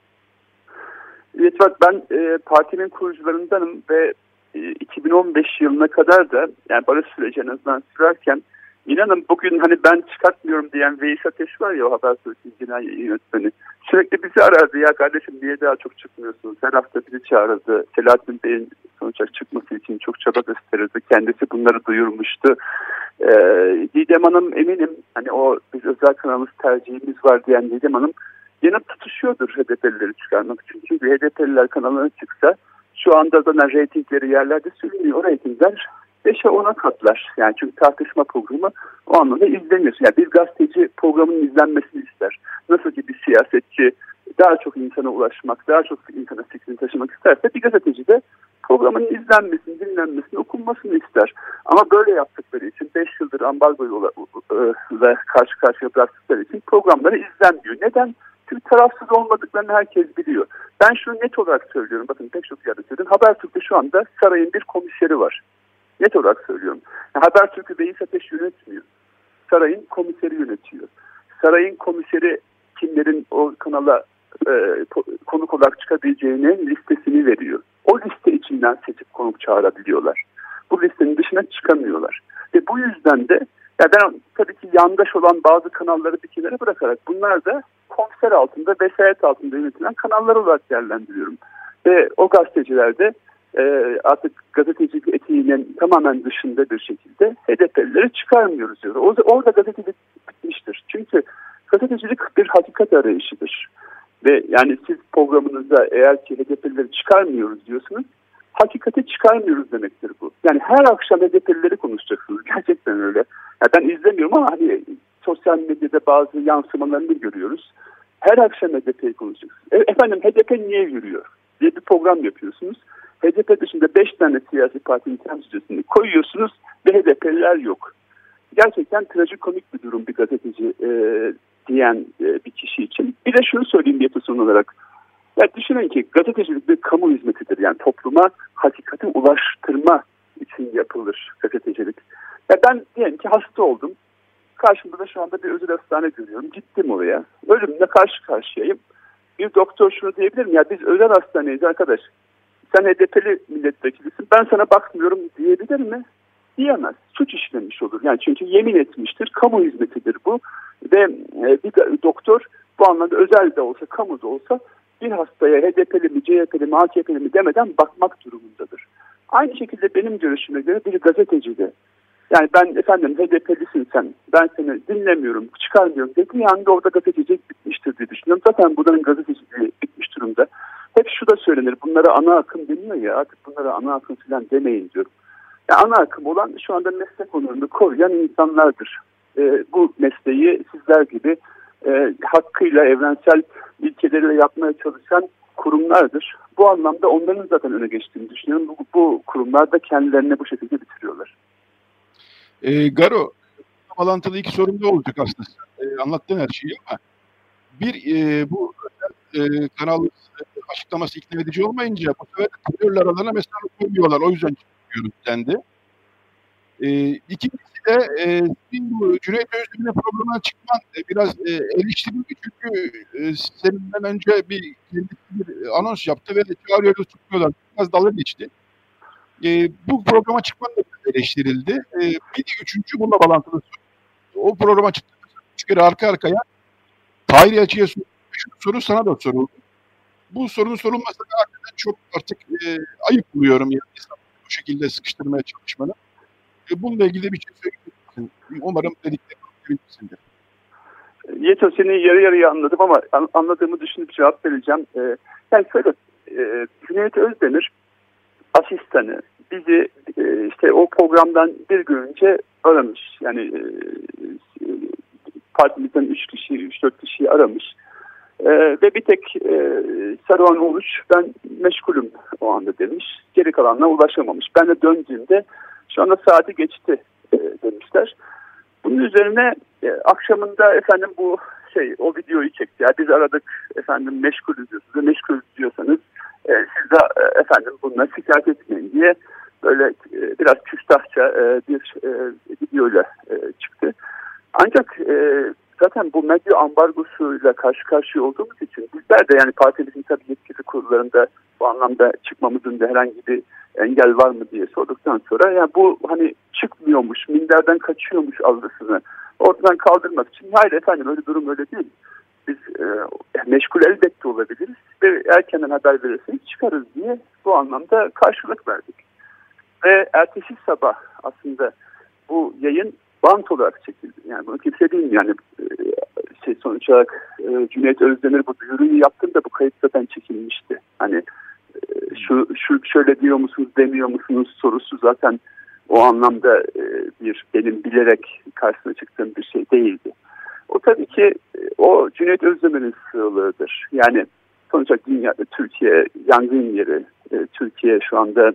Evet, bak ben e, partinin kurucularındanım ve e, iki bin on beş yılına kadar da yani barış süreci en azından sürerken inanın bugün hani ben çıkartmıyorum diyen Veys Ateş var ya, o Habertürk'ün genel yönetmeni. Sürekli bizi arardı, ya kardeşim niye daha çok çıkmıyorsunuz? Her hafta bizi çağırdı. Selahattin Bey'in sonuçta çıkması için çok çaba gösterirdi. Kendisi bunları duyurmuştu. Ee, Didem Hanım eminim hani o biz özel kanalımız tercihimiz var diyen Didem Hanım yanıp tutuşuyordur H D P'lileri çıkarmak için. Çünkü H D P'liler kanalına çıksa şu anda zaten reytingleri yerlerde sürünüyor. O reytingler beşe ona katlar. Yani çünkü tartışma programı o anlamda izleniyor. Yani bir gazeteci programının izlenmesini ister. Nasıl ki bir siyasetçi daha çok insana ulaşmak, daha çok insana fikrini taşımak isterse bir gazeteci de programın izlenmesini, dinlenmesini, okunmasını ister. Ama böyle yaptıkları için beş yıldır ambargoyla karşı karşıya bıraktıkları için programları izlenmiyor. Neden? Çünkü tarafsız olmadıklarını herkes biliyor. Ben şunu net olarak söylüyorum. Bakın pek çok yerde söyledim. Habertürk'te şu anda sarayın bir komiseri var. Net olarak söylüyorum. Yani Habertürk'ü Veys Ateş yönetmiyor. Sarayın komiseri yönetiyor. Sarayın komiseri kimlerin o kanala e, konuk olarak çıkabileceğinin listesini veriyor. O liste içinden seçip konuk çağırabiliyorlar. Bu listenin dışına çıkamıyorlar. Ve bu yüzden de yani ben tabii ki yandaş olan bazı kanalları bir kenara bırakarak bunlar da komiser altında, vesayet altında yönetilen kanallar olarak değerlendiriyorum. Ve o gazeteciler de e, artık gazetecilik etiğinin tamamen dışında bir şekilde H D P'lileri çıkarmıyoruz diyor. O, orada gazetecilik bitmiştir. Çünkü gazetecilik bir hakikat arayışıdır. Ve yani siz programınıza eğer ki H D P'lileri çıkarmıyoruz diyorsunuz, hakikati çıkarmıyoruz demektir bu. Yani her akşam H D P'lileri konuşacaksınız. Gerçekten öyle. Yani ben izlemiyorum ama hani sosyal medyada bazı yansımalarını görüyoruz. Her akşam H D P'yi konuşacaksınız. E, efendim H D P niye yürüyor diye bir program yapıyorsunuz. H D P dışında beş tane siyasi partinin temsilcisini koyuyorsunuz ve H D P'liler yok. Gerçekten trajikomik bir durum bir gazeteci e, diyen e, bir kişi için. Bir de şunu söyleyeyim bir son olarak. Ya düşünün ki gazetecilik bir kamu hizmetidir. Yani topluma hakikati ulaştırma için yapılır gazetecilik. Ya ben diyelim ki hasta oldum. Karşımda da şu anda bir özel hastane görüyorum. Gittim oraya. Ölümle karşı karşıyayım. Bir doktor şunu diyebilir mi? Ya biz özel hastaneyiz arkadaş. Sen H D P'li milletvekilisin. Ben sana bakmıyorum diyebilir mi? Diyemez. Suç işlemiş olur. Yani çünkü yemin etmiştir. Kamu hizmetidir bu. Ve bir doktor bu anlamda özel de olsa, kamu da olsa bir hastaya H D P'li mi, C H P'li mi, A K P'li mi demeden bakmak durumundadır. Aynı şekilde benim görüşüme göre bir gazeteci de Yani ben efendim H D P'lisin sen, ben seni dinlemiyorum, çıkarmıyorum dediği anda orada gazetecilik bitmiştir diye düşünüyorum. Zaten bunların gazeteciliği bitmiş durumda. Hep şu da söylenir, bunlara ana akım deniyor ya, artık bunlara ana akım falan demeyin diyorum. Yani ana akım olan şu anda meslek onurunu koruyan insanlardır. Ee, bu mesleği sizler gibi e, hakkıyla, evrensel ilkeleriyle yapmaya çalışan kurumlardır. Bu anlamda onların zaten öne geçtiğini düşünüyorum. Bu, bu kurumlar da kendilerini bu şekilde bitiriyorlar. E, Garo, bağlantılı iki sorum da olacak aslında. E, anlattığın her şeyi ama bir e, bu e, kanal açıklaması ikna edici olmayınca bu sefer terörle aralarına mesafe koymuyorlar. O yüzden çıkıyoruz dendi. E, ikincisi de e, bu Cüneyt Özdemir'in programına çıkman e, biraz e, eleştirildi. Çünkü e, seninden önce bir, bir anons yaptı ve çağırıyordu, çıkmıyorlar. Biraz dalga geçti. E, bu programa çıkman da eleştirildi. E, bir de üçüncü bununla bağlantılı o programa çıktıktan üç kere arka arkaya Tahir Elçi'ye soru, soru sana da soruldu. Bu sorunun sorulması da hakikaten çok artık e, ayıp buluyorum. Yani bu şekilde sıkıştırmaya çalışmanı. E, bununla ilgili bir şey söyleyebilirsin. Umarım dediklerini bilmişsindir. Yeto, seni yarı yarıya anladım ama an, anladığımı düşünüp cevap vereceğim. E, yani şöyle, e, Cüneyt Özdemir asistanı bizi e, işte o programdan bir gün önce aramış. Yani e, partimizden üç kişi, üç dört kişiyi aramış. E, ve bir tek e, Saruhan Uluç ben meşgulüm o anda demiş. Geri kalanına ulaşamamış. Ben de döndüğümde şu anda saati geçti e, demişler. Bunun üzerine e, akşamında efendim bu şey o videoyu çekti. Yani biz aradık efendim meşgulüz diyorsunuz. Meşgul diyorsanız e, siz de e, efendim bununla şikayet etmeyin diye böyle e, biraz küstahça e, bir e, videoyla e, çıktı. Ancak e, zaten bu medya ambargosuyla karşı karşıya olduğumuz için bizler de yani partimizin tabii yetkili kurullarında bu anlamda çıkmamızın da herhangi bir engel var mı diye sorduktan sonra yani bu hani çıkmıyormuş, minderden kaçıyormuş algısını ortadan kaldırmak için hayır efendim öyle durum öyle değil. Biz e, meşgul elbette olabiliriz ve erkenden haber verirseniz çıkarız diye bu anlamda karşılık verdik. Ve ertesi sabah aslında bu yayın bant olarak çekildi. Yani bunu kimse bilmiyor. Yani şey sonuç olarak e, Cüneyt Özdemir bu duyuruyu yaptığında bu kayıt zaten çekilmişti. Hani e, şu şu şöyle diyor musunuz demiyor musunuz sorusu zaten o anlamda e, bir benim bilerek karşısına çıktığım bir şey değildi. O tabii ki e, o Cüneyt Özdemir'in sığlığıdır. Yani sonuç olarak dünyada Türkiye yangın yeri. E, Türkiye şu anda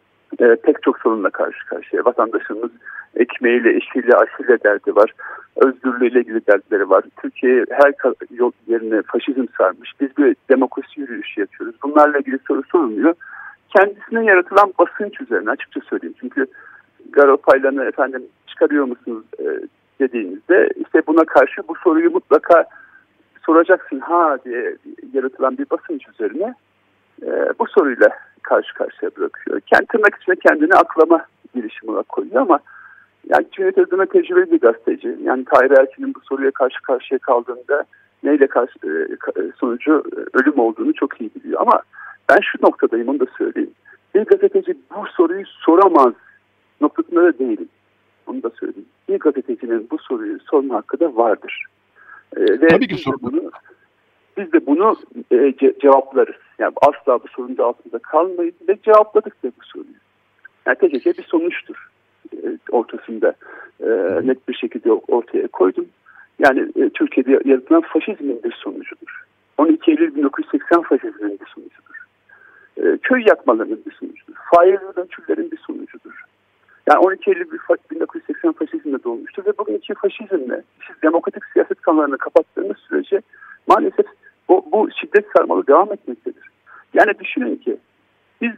e, pek çok sorunla karşı karşıya. Vatandaşımız ekmeğiyle, işiyle, aşıyla derdi var. Özgürlüğüyle ilgili dertleri var. Türkiye her yol yerine faşizm sarmış. Biz bir demokrasi yürüyüşü yapıyoruz. Bunlarla ilgili soru sorulmuyor. Kendisine yaratılan basınç üzerine açıkça söyleyeyim. Çünkü Garo Paylan'ı efendim çıkarıyor musunuz e, dediğinizde işte buna karşı bu soruyu mutlaka soracaksın ha diye yaratılan bir basınç üzerine e, bu soruyla karşı karşıya bırakıyor. Kendi tırnak içine kendini aklama girişimi olarak koyuyor ama yani Cüneyt Özdemir tecrübeli bir gazeteci. Yani Tahir Elçi'nin bu soruya karşı karşıya kaldığında neyle karşı, e, sonucu e, ölüm olduğunu çok iyi biliyor. Ama ben şu noktadayım onu da söyleyeyim. Bir gazeteci bu soruyu soramaz noktasında da değilim. Onu da söyleyeyim. Bir gazetecinin bu soruyu sorma hakkı da vardır. E, ve Tabii ki biz sorun. de bunu, biz de bunu e, ce- cevaplarız. Yani asla bu sorunun da altında kalmayız ve cevapladık da bu soruyu. Yani T C K bir sonuçtur. Ortasında e, net bir şekilde ortaya koydum. Yani e, Türkiye'de yaratılan faşizmin bir sonucudur. on iki Eylül bin dokuz yüz seksen faşizmin bir sonucudur. E, köy yakmalarının bir sonucudur. Faili dönüşümlerin bir sonucudur. Yani on iki Eylül bin dokuz yüz seksen faşizmle doğmuştur ve bugünkü faşizmle siz demokratik siyaset kanallarını kapattığınız sürece maalesef bu, bu şiddet sarmalı devam etmektedir. Yani düşünün ki biz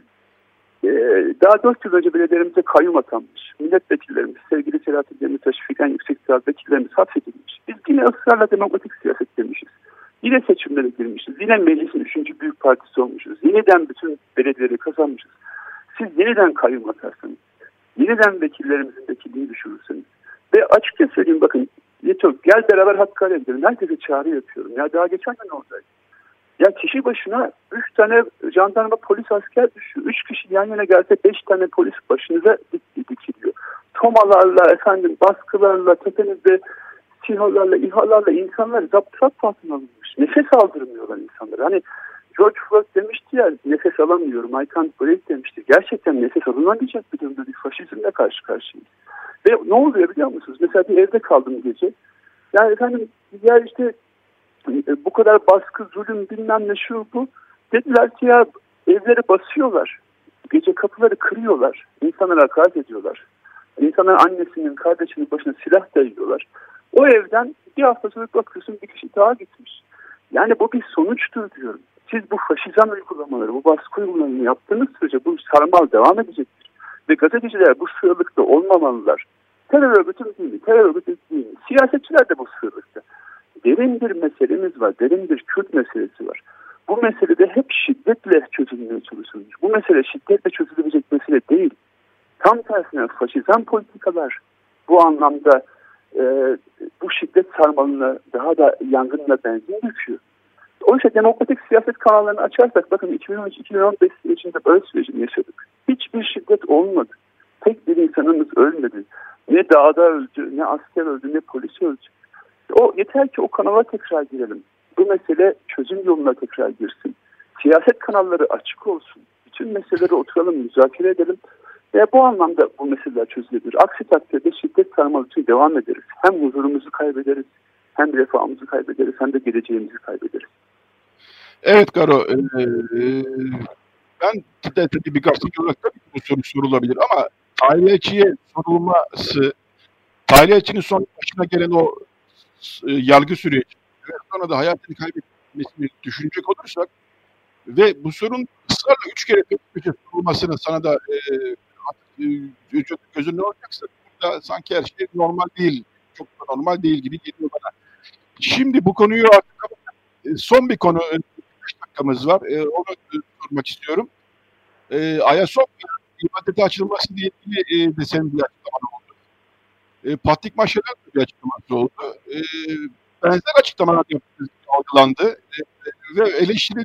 Ee, daha dört yıl önce belediyelerimize kayyum atanmış. Milletvekillerimiz, sevgili Selahattin Demirtaş, Figen Yüksekdağ vekillerimiz hapsedilmiş. Biz yine ısrarla demokratik siyaset demişiz. Yine seçimlere girmişiz. Yine meclisin üçüncü büyük partisi olmuşuz. Yeniden bütün belediyeleri kazanmışız. Siz yeniden kayyum atarsanız, yeniden vekillerimizin vekilliğini düşürürseniz ve açıkça söyleyeyim bakın, Yeto, gel beraber Hakkari'ye gidelim. Herkese çağrı yapıyorum. Ya daha geçen gün oradaydı. Ya kişi başına üç tane jandarma polis asker düşüyor. Üç kişi yan yana gelse beş tane polis başınıza dikiliyor. tomalarla, efendim baskılarla, tepenizde SİHA'larla, İHA'larla insanlar zapturapt altına alınmış. Nefes aldırmıyorlar insanlara. Hani George Floyd demişti ya, nefes alamıyorum, I can't breathe demişti. Gerçekten nefes alınamayacak bir durumda bir faşizmle karşı karşıyayız. Ve ne oluyor biliyor musunuz? Mesela bir evde kaldım gece. Yani efendim ya işte bu kadar baskı, zulüm, bilmem ne şu bu. Dediler ki ya evleri basıyorlar. Gece kapıları kırıyorlar. İnsanlara hakaret ediyorlar. İnsanlar annesinin, kardeşinin başına silah dayıyorlar. O evden bir hafta sonra bakıyorsun bir kişi daha gitmiş. Yani bu bir sonuçtur diyorum. Siz bu faşizan uygulamaları, bu baskı uygulamalarını yaptığınız sürece bu sarmal devam edecektir. Ve gazeteciler bu sığlıkta olmamalılar. Terör örgütü değil mi? Terör örgütü değil mi? Siyasetçiler de bu sığlıkta. Derin bir meselemiz var. Derin bir Kürt meselesi var. Bu meselede hep şiddetle çözülmeye çalışılmış. Bu mesele şiddetle çözülebilecek mesele değil. Tam tersine faşizan politikalar bu anlamda e, bu şiddet sarmalına daha da yangınla benzin döküyor. Oysa demokratik siyaset kanallarını açarsak bakın iki bin on üç iki bin on beş sürecinde böyle sürecini yaşadık. Hiçbir şiddet olmadı. Tek bir insanımız ölmedi. Ne dağda öldü, ne asker öldü, ne polis öldü. O yeter ki o kanala tekrar girelim. Bu mesele çözüm yoluna tekrar girsin. Siyaset kanalları açık olsun. Bütün meseleleri oturalım, müzakere edelim. Ve bu anlamda bu meseleler çözülebilir. Aksi takdirde şiddet sarmalı için devam ederiz. Hem huzurumuzu kaybederiz, hem refahımızı kaybederiz, hem de geleceğimizi kaybederiz. Evet Garo, e, e, ben de tabii bir gazeteci olarak tabii bu soru sorulabilir ama tahliyeciye sorulması, tahliyecinin son başına gelen o e, yargı süreci ve sonra da hayatını kaybetmesini düşünecek olursak ve bu sorun ısrarla üç kere tekrar sorulmasını sana da e, e, gözünde olacaksa burada sanki her şey normal değil, çok da normal değil gibi geliyor bana. Şimdi bu konuyu artık son bir konu, beş dakikamız var. E, onu sormak istiyorum. E, Ayasofya ibadete açılması ile ilgili e, de senin bir açıklaman oldu. E, Patrik Maşer'ın bir açıklaması oldu. E, benzer açıklamalar yapıldı, algılandı e, ve eleştirildi.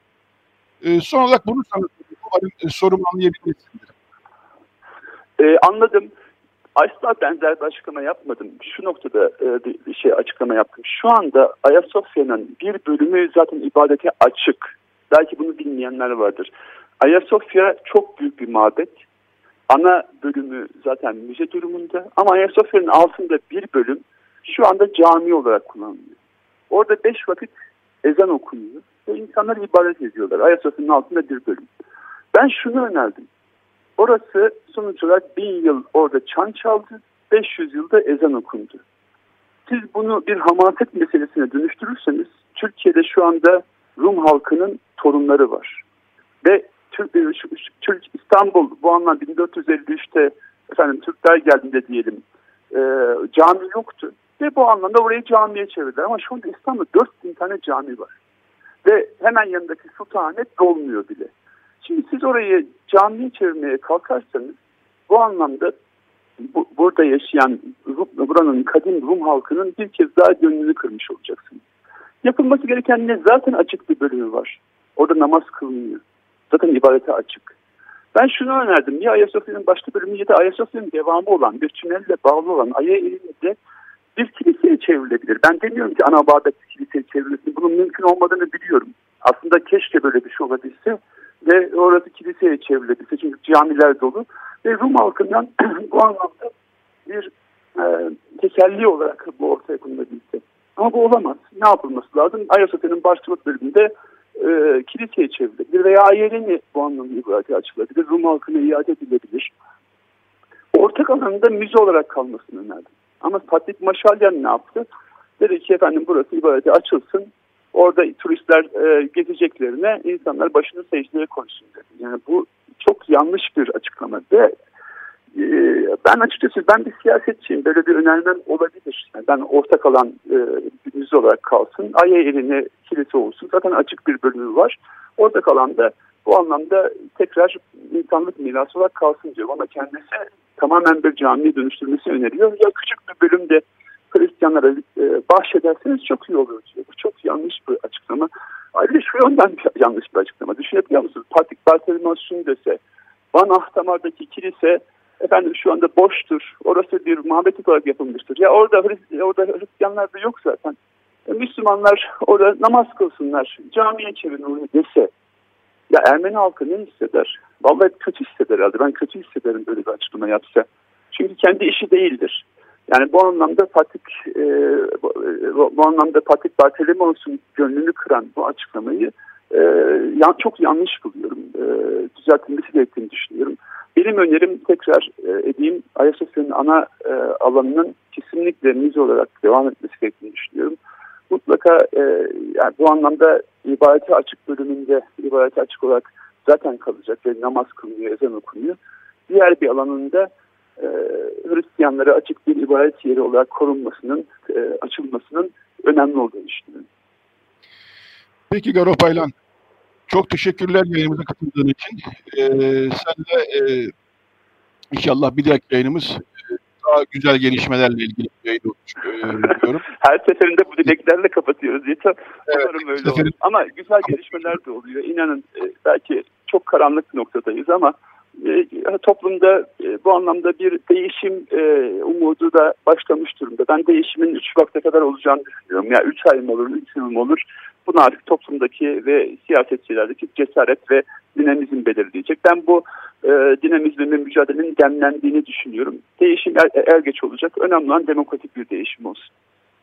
E, son olarak bunu sana umarım e, sorumu anlayabilirsindir. E, anladım. Asla benzer bir açıklama yapmadım. Şu noktada e, bir, bir şey açıklama yaptım. Şu anda Ayasofya'nın bir bölümü zaten ibadete açık. Belki bunu bilmeyenler vardır. Ayasofya çok büyük bir mabet. Ana bölümü zaten müze durumunda. Ama Ayasofya'nın altında bir bölüm şu anda cami olarak kullanılıyor. Orada beş vakit ezan okunuyor. Ve insanlar ibadet ediyorlar. Ayasofya'nın altında bir bölüm. Ben şunu önerdim. Orası sonuç olarak bin yıl orada çan çaldı, beş yüz yılda ezan okundu. Siz bunu bir hamaset meselesine dönüştürürseniz, Türkiye'de şu anda Rum halkının torunları var. Ve Türk, Türk İstanbul bu anlamda bin dört yüz elli üçte efendim Türkler geldiğinde diyelim e, cami yoktu. Ve bu anlamda orayı camiye çevirdiler. Ama şu anda İstanbul'da dört bin tane cami var. Ve hemen yanındaki Sultanahmet dolmuyor bile. Şimdi siz orayı camiye çevirmeye kalkarsanız bu anlamda bu, burada yaşayan buranın kadim Rum halkının bir kez daha gönlünü kırmış olacaksınız. Yapılması gereken ne? Zaten açık bir bölümü var. Orada namaz kılınıyor. Zaten ibadete açık. Ben şunu önerdim. Ya Ayasofya'nın başka bölümü ya da Ayasofya'nın devamı olan bir tünelle bağlı olan Aya elinde bir kiliseye çevrilebilir. Ben demiyorum ki Anabada'daki kiliseye çevrilmesi. Bunun mümkün olmadığını biliyorum. Aslında keşke böyle bir şey olabilse ve orası kiliseye çevrilebilse. Çünkü camiler dolu. Ve Rum halkından bu anlamda bir e, teselli olarak bu ortaya konulabilse. Ama bu olamaz. Ne yapılması lazım? Ayasofya'nın başlık bölümünde e, kiliseye çevrilebilir veya yerini bu anlamda ibadete açılabilir. Rum halkına iade edilebilir. Ortak alanında müze olarak kalmasını önerdim. Ama Patrik Maşalyan ne yaptı? Dedi ki efendim burası ibadete açılsın. Orada turistler e, gezeceklerine insanlar başını secdeye koysun dedi. Yani bu çok yanlış bir açıklama ve e, ben açıkçası ben bir siyasetçiyim. Böyle bir önermem olabilir. Yani ben ortak alan e, bir müze olarak kalsın. Aya eline kilise olsun. Zaten açık bir bölümü var. Ortak alanda bu anlamda tekrar insanlık mirası olarak kalsın diyor. Ama kendisi tamamen bir camiye dönüştürmesi öneriyor. Ya küçük bir bölümde Hristiyanlara e, bahşederseniz çok iyi olur diyor. Bu çok yanlış bir açıklama. Ayrıca şu yönden bir, yanlış bir açıklama. Düşünebiliyor musunuz? Patrik Bartolomeo şunu dese, Van Ahtamar'daki kilise efendim şu anda boştur, orası bir mabet olarak yapılmıştır. Ya orada, Hristiyan, orada Hristiyanlar da yok zaten. E, Müslümanlar orada namaz kılsınlar, camiye çevirin orayı dese. Ya Ermeni halkı ne hisseder? Vallahi kötü hisseder herhalde. Ben kötü hissederim böyle bir açıklama yapsa. Çünkü kendi işi değildir. Yani bu anlamda Patrik e, bu, bu anlamda Patrik Bartolomeos'un gönlünü kıran bu açıklamayı e, yan, çok yanlış buluyorum. E, düzeltilmesi gerektiğini düşünüyorum. Benim önerim tekrar e, edeyim Ayasofya'nın ana e, alanının kesinlikle müze olarak devam etmesi gerektiğini düşünüyorum. Mutlaka e, yani bu anlamda ibadete açık bölümünde ibadete açık olarak zaten kalacak ve namaz kılınıyor, ezan okunuyor. Diğer bir alanında e, Hristiyanlara açık bir ibadet yeri olarak korunmasının, e, açılmasının önemli olduğunu düşünüyorum. Peki Garo Paylan, çok teşekkürler yayınımıza katıldığın için. Ee, sen de e, inşallah bir dahaki yayınımız daha güzel gelişmelerle ilgili bir yayın olur e, diyorum. Her seferinde bu dileklerle kapatıyoruz. Yeter. Evet, Umarım öyle seferin... olur. Ama güzel gelişmeler de oluyor. İnanın e, belki çok karanlık bir noktadayız ama e, toplumda e, bu anlamda bir değişim e, umudu da başlamış durumda. Ben değişimin üç vakte kadar olacağını düşünüyorum. Ya yani üç ay mı olur, üç yıl mı olur? Bunu artık toplumdaki ve siyasetçilerdeki cesaret ve dinamizm belirleyecek. Ben bu e, dinamizmin ve mücadelenin demlendiğini düşünüyorum. Değişim er, er geç olacak. Önemli olan demokratik bir değişim olsun.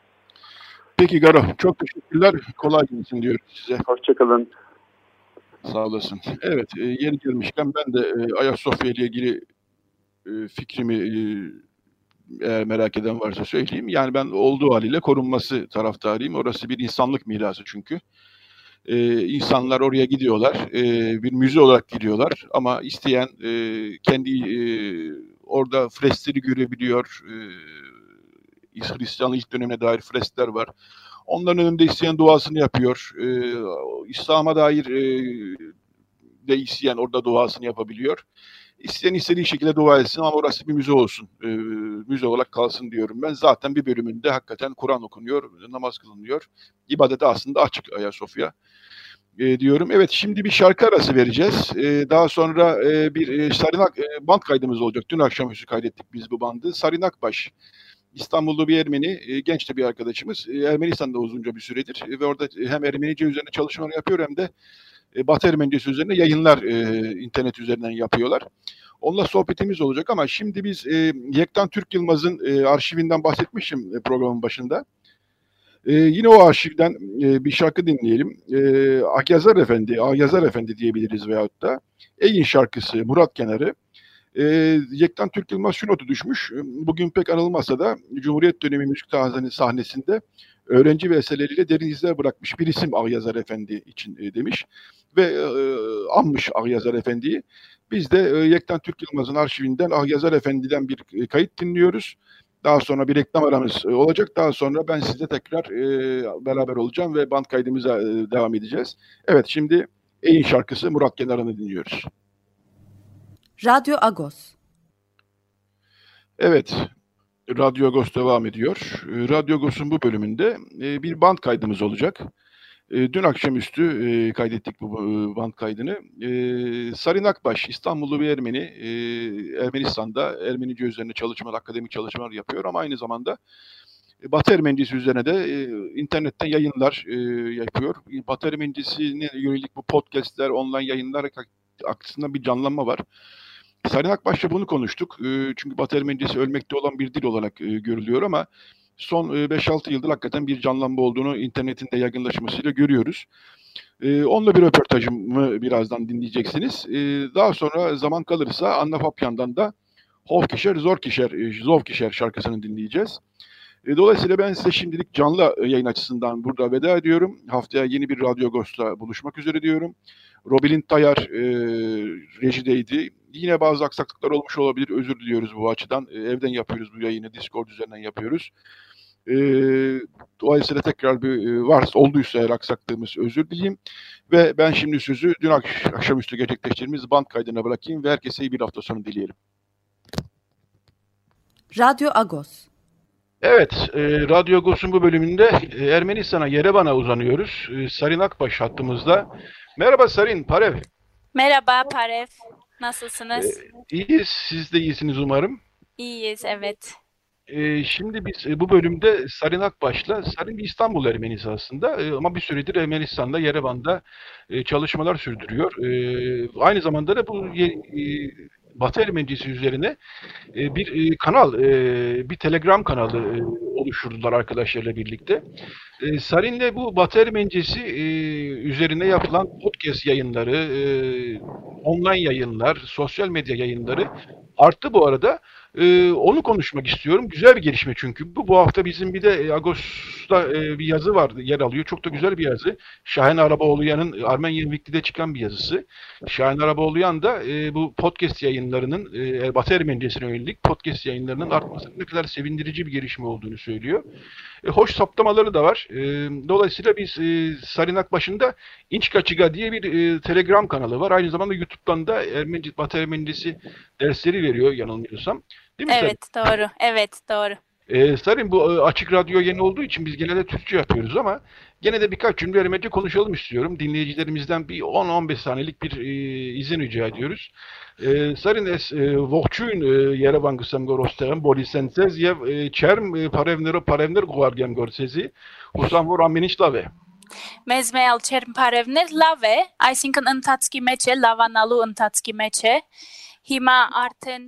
Peki Garo, çok teşekkürler. Kolay gelsin diyorum size. Hoşçakalın. Sağ olasın. Evet, e, yeni gelmişken ben de e, Ayasofya ile ilgili e, fikrimi e, eğer merak eden varsa söyleyeyim. Yani ben olduğu haliyle korunması taraftarıyım. Orası bir insanlık mirası çünkü. Ee, insanlar oraya gidiyorlar. Ee, bir müze olarak gidiyorlar. Ama isteyen e, kendi e, orada freskleri görebiliyor. Ee, Hristiyanlık ilk dönemine dair freskler var. Onların önünde isteyen duasını yapıyor. Ee, İslam'a dair e, de isteyen orada duasını yapabiliyor. İsteyen istediği şekilde dua etsin ama orası bir müze olsun. E, müze olarak kalsın diyorum ben. Zaten bir bölümünde hakikaten Kur'an okunuyor, namaz kılınıyor. İbadete aslında açık Ayasofya e, diyorum. Evet, şimdi bir şarkı arası vereceğiz. E, daha sonra e, bir e, Sarinak e, band kaydımız olacak. Dün akşamüstü kaydettik biz bu bandı. Sarin Akbaş, İstanbullu bir Ermeni, e, genç de bir arkadaşımız. E, Ermenistan'da uzunca bir süredir e, ve orada hem Ermenice üzerine çalışmalar yapıyor hem de e, Batı Ermenicesi üzerine yayınlar e, internet üzerinden yapıyorlar. Onunla sohbetimiz olacak ama şimdi biz e, Yektan Türk Yılmaz'ın e, arşivinden bahsetmişim e, programın başında. E, yine o arşivden e, bir şarkı dinleyelim. E, Akyazar Efendi, Akyazar Efendi diyebiliriz veyahut da Eyin şarkısı, Murat Kenarı. E, Yektan Türk Yılmaz şu notu düşmüş. Bugün pek anılmazsa da Cumhuriyet dönemi müzik sahnesinde öğrenci ve eserleriyle derin izler bırakmış bir isim Akyazar Efendi için e, demiş. Ve e, anmış Akyazar Efendi'yi. Biz de e, Yektan Türk Yılmaz'ın arşivinden Akyazar Efendi'den bir e, kayıt dinliyoruz. Daha sonra bir reklam aramız e, olacak. Daha sonra ben sizle tekrar e, beraber olacağım ve band kaydımıza e, devam edeceğiz. Evet, şimdi Eyin şarkısı Murat Kenarı'nı dinliyoruz. Radyo Agos. Evet, Radyo Agos devam ediyor. Radyo Agos'un bu bölümünde e, bir band kaydımız olacak. E, dün akşamüstü e, kaydettik bu e, band kaydını. E, Sarin Akbaş, İstanbullu bir Ermeni, e, Ermenistan'da Ermenice üzerine çalışmalar, akademik çalışmalar yapıyor ama aynı zamanda e, Batı Ermenicesi üzerine de e, internetten yayınlar e, yapıyor. Batı Ermenicesi'ne yönelik bu podcastler, online yayınlar aksında bir canlanma var. Sarin Akbaş'la bunu konuştuk. E, çünkü Batı Ermenicesi ölmekte olan bir dil olarak e, görülüyor ama son beş altı yıldır hakikaten bir canlanma olduğunu internetin de yaygınlaşmasıyla görüyoruz. Ee, onunla bir röportajımı birazdan dinleyeceksiniz. Ee, daha sonra zaman kalırsa Anna Papyan'dan da Hofkişer, Zorkişer, Zovkişer şarkısını dinleyeceğiz. Ee, dolayısıyla ben size şimdilik canlı yayın açısından burada veda ediyorum. Haftaya yeni bir Radyo Agos'la buluşmak üzere diyorum. Robin Tayar e, rejideydi. Yine bazı aksaklıklar olmuş olabilir. Özür diliyoruz bu açıdan. E, evden yapıyoruz bu yayını. Discord üzerinden yapıyoruz. E, dolayısıyla tekrar bir e, varsa olduysa eğer aksaklığımız özür dileyim. Ve ben şimdi sözü dün ak- akşamüstü gerçekleştirdiğimiz band kaydına bırakayım ve herkese iyi bir hafta sonu dileyelim. Radyo Agos. Evet, e, Radyo Agos'un bu bölümünde e, Ermenistan'a, Yerevan'a uzanıyoruz. E, Sarin Akbaş hattımızda. Merhaba Sarin, Parev. Merhaba Parev. Nasılsınız? Ee, iyiyiz. Siz de iyisiniz umarım. İyiyiz, evet. Ee, şimdi biz e, bu bölümde Sarin Akbaş'la, Sarin bir İstanbul Ermenisi aslında e, ama bir süredir Ermenistan'da, Yerevan'da e, çalışmalar sürdürüyor. E, aynı zamanda da bu ye- e, Batı Ermenicisi üzerine e, bir e, kanal, e, bir Telegram kanalı e, oluşturdular arkadaşlarıyla birlikte. E, Sarin'le bu Batı Ermenicisi e, üzerine yapılan podcast yayınları, e, online yayınlar, sosyal medya yayınları arttı bu arada. E, onu konuşmak istiyorum. Güzel bir gelişme çünkü. Bu bu hafta bizim bir de e, Ağustos'ta e, bir yazı var, yer alıyor. Çok da güzel bir yazı. Şahin Arabaoğluyan'ın Armenian Weekly'de çıkan bir yazısı. Şahin Arabaoğluyan da e, bu podcast yayınlarının, e, Batı Ermenicesine yönelik podcast yayınlarının artmasının ne kadar sevindirici bir gelişme olduğunu söylüyor. E, hoş saptamaları da var. E, dolayısıyla biz e, Sarin Akbaş'ın İnçkaçıga diye bir e, Telegram kanalı var. Aynı zamanda YouTube'dan da Ermenice, Batı Ermenicesi dersleri veriyor yanılmıyorsam. Değil mi Sarin? Evet, doğru. Evet, doğru. E, Sarin, bu e, açık radyo yeni olduğu için biz genelde Türkçe yapıyoruz ama gene de birkaç cümle Ermenice konuşalım istiyorum. Dinleyicilerimizden bir on on beş saniyelik bir e, izin rica ediyoruz. E, Sarin es ողջույն Երևան գսեմ գորոստեղեմ բոլիսենցեզ եւ չերմ parevnero parevner գուարգեմ գործեզի հուսամ որ ամեն ինչ լավ է։ Մեզ մեյալ չերմ բարևներ լավ է, այսինքն ընթացքի մեջ է, լավանալու ընթացքի մեջ է։ Հիմա արդեն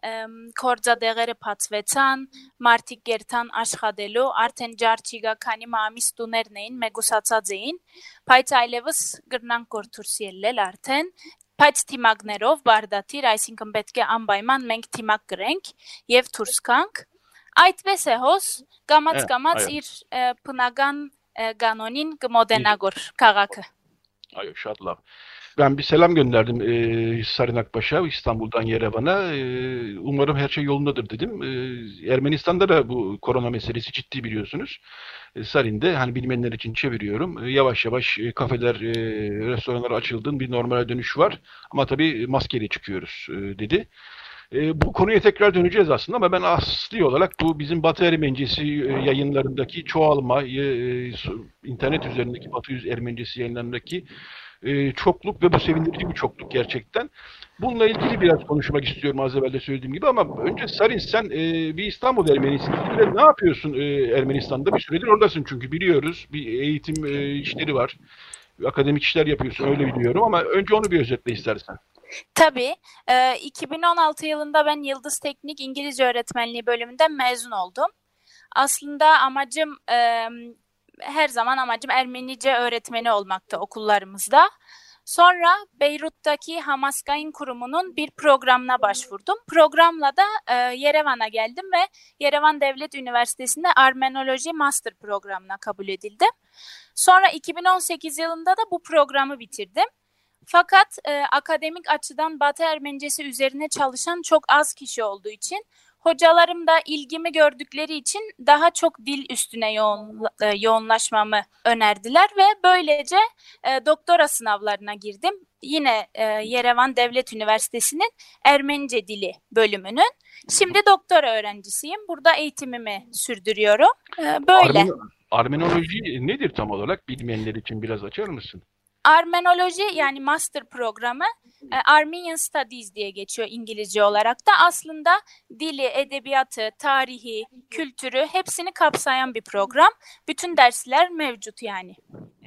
կորձադեղերը փածվեցան, մարդիկ գերտան աշխատելու, արդեն ջարջիգա քանի մամիս տուներն էին, մեգուսացած էին, բայց այլևս գրնանք գործուրս ելնել արդեն, բայց թիմակներով բարդաթիր, այսինքն պետք է անպայման մենք թիմակ գրենք եւ դուրս գանք։ Այդպես է հոս, կամած-կամած իր բնական կանոնին կմոդենագոր քաղաքը։ Ayo, şadlar. Ben bir selam gönderdim e, Sarin Akbaş'a, İstanbul'dan Yerevan'a. E, umarım her şey yolundadır dedim. E, Ermenistan'da da bu korona meselesi ciddi biliyorsunuz. E, Sarin'de hani bilmeyenler için çeviriyorum. E, yavaş yavaş e, kafeler, e, restoranlar açıldığında bir normale dönüş var. Ama tabii maskeyle çıkıyoruz e, dedi. E, bu konuya tekrar döneceğiz aslında ama ben asli olarak bu bizim Batı Ermenicesi e, yayınlarındaki çoğalma, e, internet üzerindeki Batı Ermenicesi yayınlarındaki e, çokluk ve bu sevindirici bir çokluk gerçekten. Bununla ilgili biraz konuşmak istiyorum az evvel de söylediğim gibi ama önce Sarin, sen e, bir İstanbul Ermenisi ne yapıyorsun e, Ermenistan'da? Bir süredir oradasın çünkü biliyoruz. Bir eğitim e, işleri var. Akademik işler yapıyorsun öyle biliyorum ama önce onu bir özetle istersen. Tabii. iki bin on altı yılında ben Yıldız Teknik İngilizce Öğretmenliği bölümünden mezun oldum. Aslında amacım, her zaman amacım Ermenice öğretmeni olmakta okullarımızda. Sonra Beyrut'taki Hamaskayn Kurumu'nun bir programına başvurdum. Programla da Yerevan'a geldim ve Yerevan Devlet Üniversitesi'nde Armenoloji Master programına kabul edildim. Sonra iki bin on sekiz yılında da bu programı bitirdim. Fakat e, akademik açıdan Batı Ermenicesi üzerine çalışan çok az kişi olduğu için hocalarım da ilgimi gördükleri için daha çok dil üstüne yoğun, e, yoğunlaşmamı önerdiler ve böylece e, doktora sınavlarına girdim. Yine e, Yerevan Devlet Üniversitesi'nin Ermenice Dili bölümünün. Şimdi doktora öğrencisiyim. Burada eğitimimi sürdürüyorum. E, böyle. Armen, Armenoloji nedir tam olarak? Bilmeyenler için biraz açar mısın? Armenoloji yani master programı Armenian Studies diye geçiyor İngilizce olarak da. Aslında dili, edebiyatı, tarihi, kültürü hepsini kapsayan bir program. Bütün dersler mevcut yani.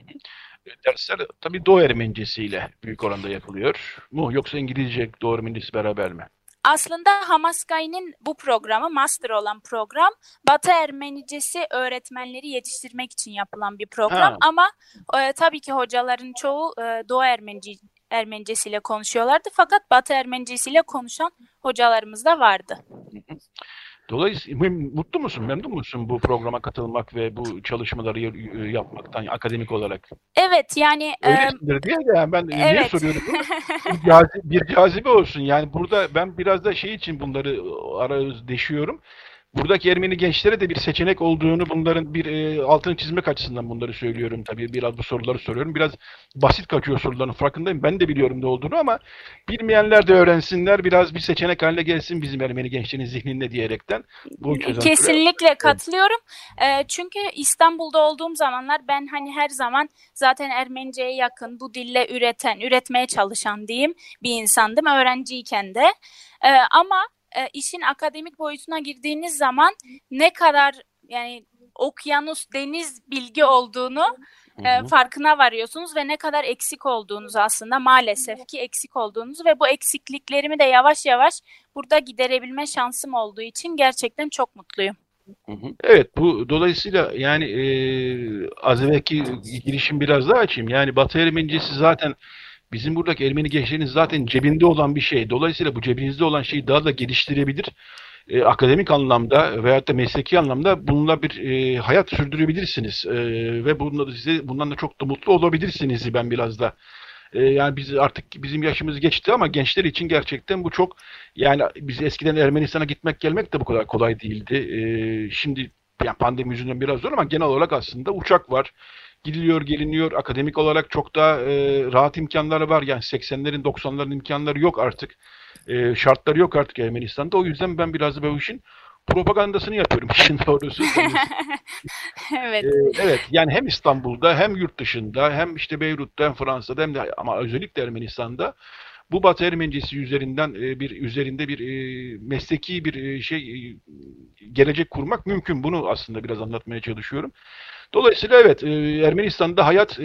Dersler tabii Doğu Ermenicesi ile büyük oranda yapılıyor mu? Yoksa İngilizce Doğu Ermenicesi beraber mi? Aslında Hamaskayn'ın bu programı, master olan program, Batı Ermenicesi öğretmenleri yetiştirmek için yapılan bir program. Ha. Ama e, tabii ki hocaların çoğu e, Doğu Ermenici, Ermenicesiyle konuşuyorlardı. Fakat Batı Ermenicesiyle konuşan hocalarımız da vardı. Dolayısıyla mutlu musun, memnun musun bu programa katılmak ve bu çalışmaları yapmaktan akademik olarak? Evet yani. Öylesindir diye de yani ben evet. Niye soruyorum bunu? bir, cazibe, bir cazibe olsun yani burada ben biraz da şey için bunları arayüz deşiyorum. buradaki Ermeni gençlere de bir seçenek olduğunu, bunların bir e, altını çizmek açısından bunları söylüyorum tabii. Biraz bu soruları soruyorum. Biraz basit kaçıyor soruların, farkındayım. Ben de biliyorum ne olduğunu ama bilmeyenler de öğrensinler. Biraz bir seçenek haline gelsin bizim Ermeni gençlerin zihninde diyerekten. Bu Kesinlikle katılıyorum. E, çünkü İstanbul'da olduğum zamanlar ben hani her zaman zaten Ermenice'ye yakın, bu dille üreten, üretmeye çalışan diyeyim bir insandım öğrenciyken de. E, ama e, işin akademik boyutuna girdiğiniz zaman ne kadar yani okyanus, deniz bilgi olduğunu e, farkına varıyorsunuz ve ne kadar eksik olduğunuzu, aslında maalesef ki eksik olduğunuzu ve bu eksikliklerimi de yavaş yavaş burada giderebilme şansım olduğu için gerçekten çok mutluyum. Evet, bu dolayısıyla yani e, az evvelki girişim biraz daha açayım. Yani Batı Ermenicesi zaten bizim buradaki Ermeni gençlerin zaten cebinde olan bir şey. Dolayısıyla bu cebinizde olan şeyi daha da geliştirebilir. E, akademik anlamda veyahut da mesleki anlamda bununla bir e, hayat sürdürebilirsiniz. E, ve bununla da size, bundan da çok da mutlu olabilirsiniz ben biraz da. E, yani biz artık bizim yaşımız geçti ama gençler için gerçekten bu çok, yani biz eskiden Ermenistan'a gitmek gelmek de bu kadar kolay değildi. E, şimdi yani pandemi yüzünden biraz zor ama genel olarak aslında uçak var. Gidiliyor, geliniyor. Akademik olarak çok daha e, rahat imkanları var. Yani seksenlerin, doksanların imkanları yok artık. E, şartları yok artık Ermenistan'da. O yüzden ben biraz da bu işin propagandasını yapıyorum işin doğrusu. Evet. E, evet. Yani hem İstanbul'da, hem yurt dışında, hem işte Beyrut'ta, hem Fransa'da, hem de ama özellikle Ermenistan'da bu Batı Ermenicesi üzerinden e, bir üzerinde bir e, mesleki bir e, şey e, gelecek kurmak mümkün. Bunu aslında biraz anlatmaya çalışıyorum. Dolayısıyla evet, Ermenistan'da hayat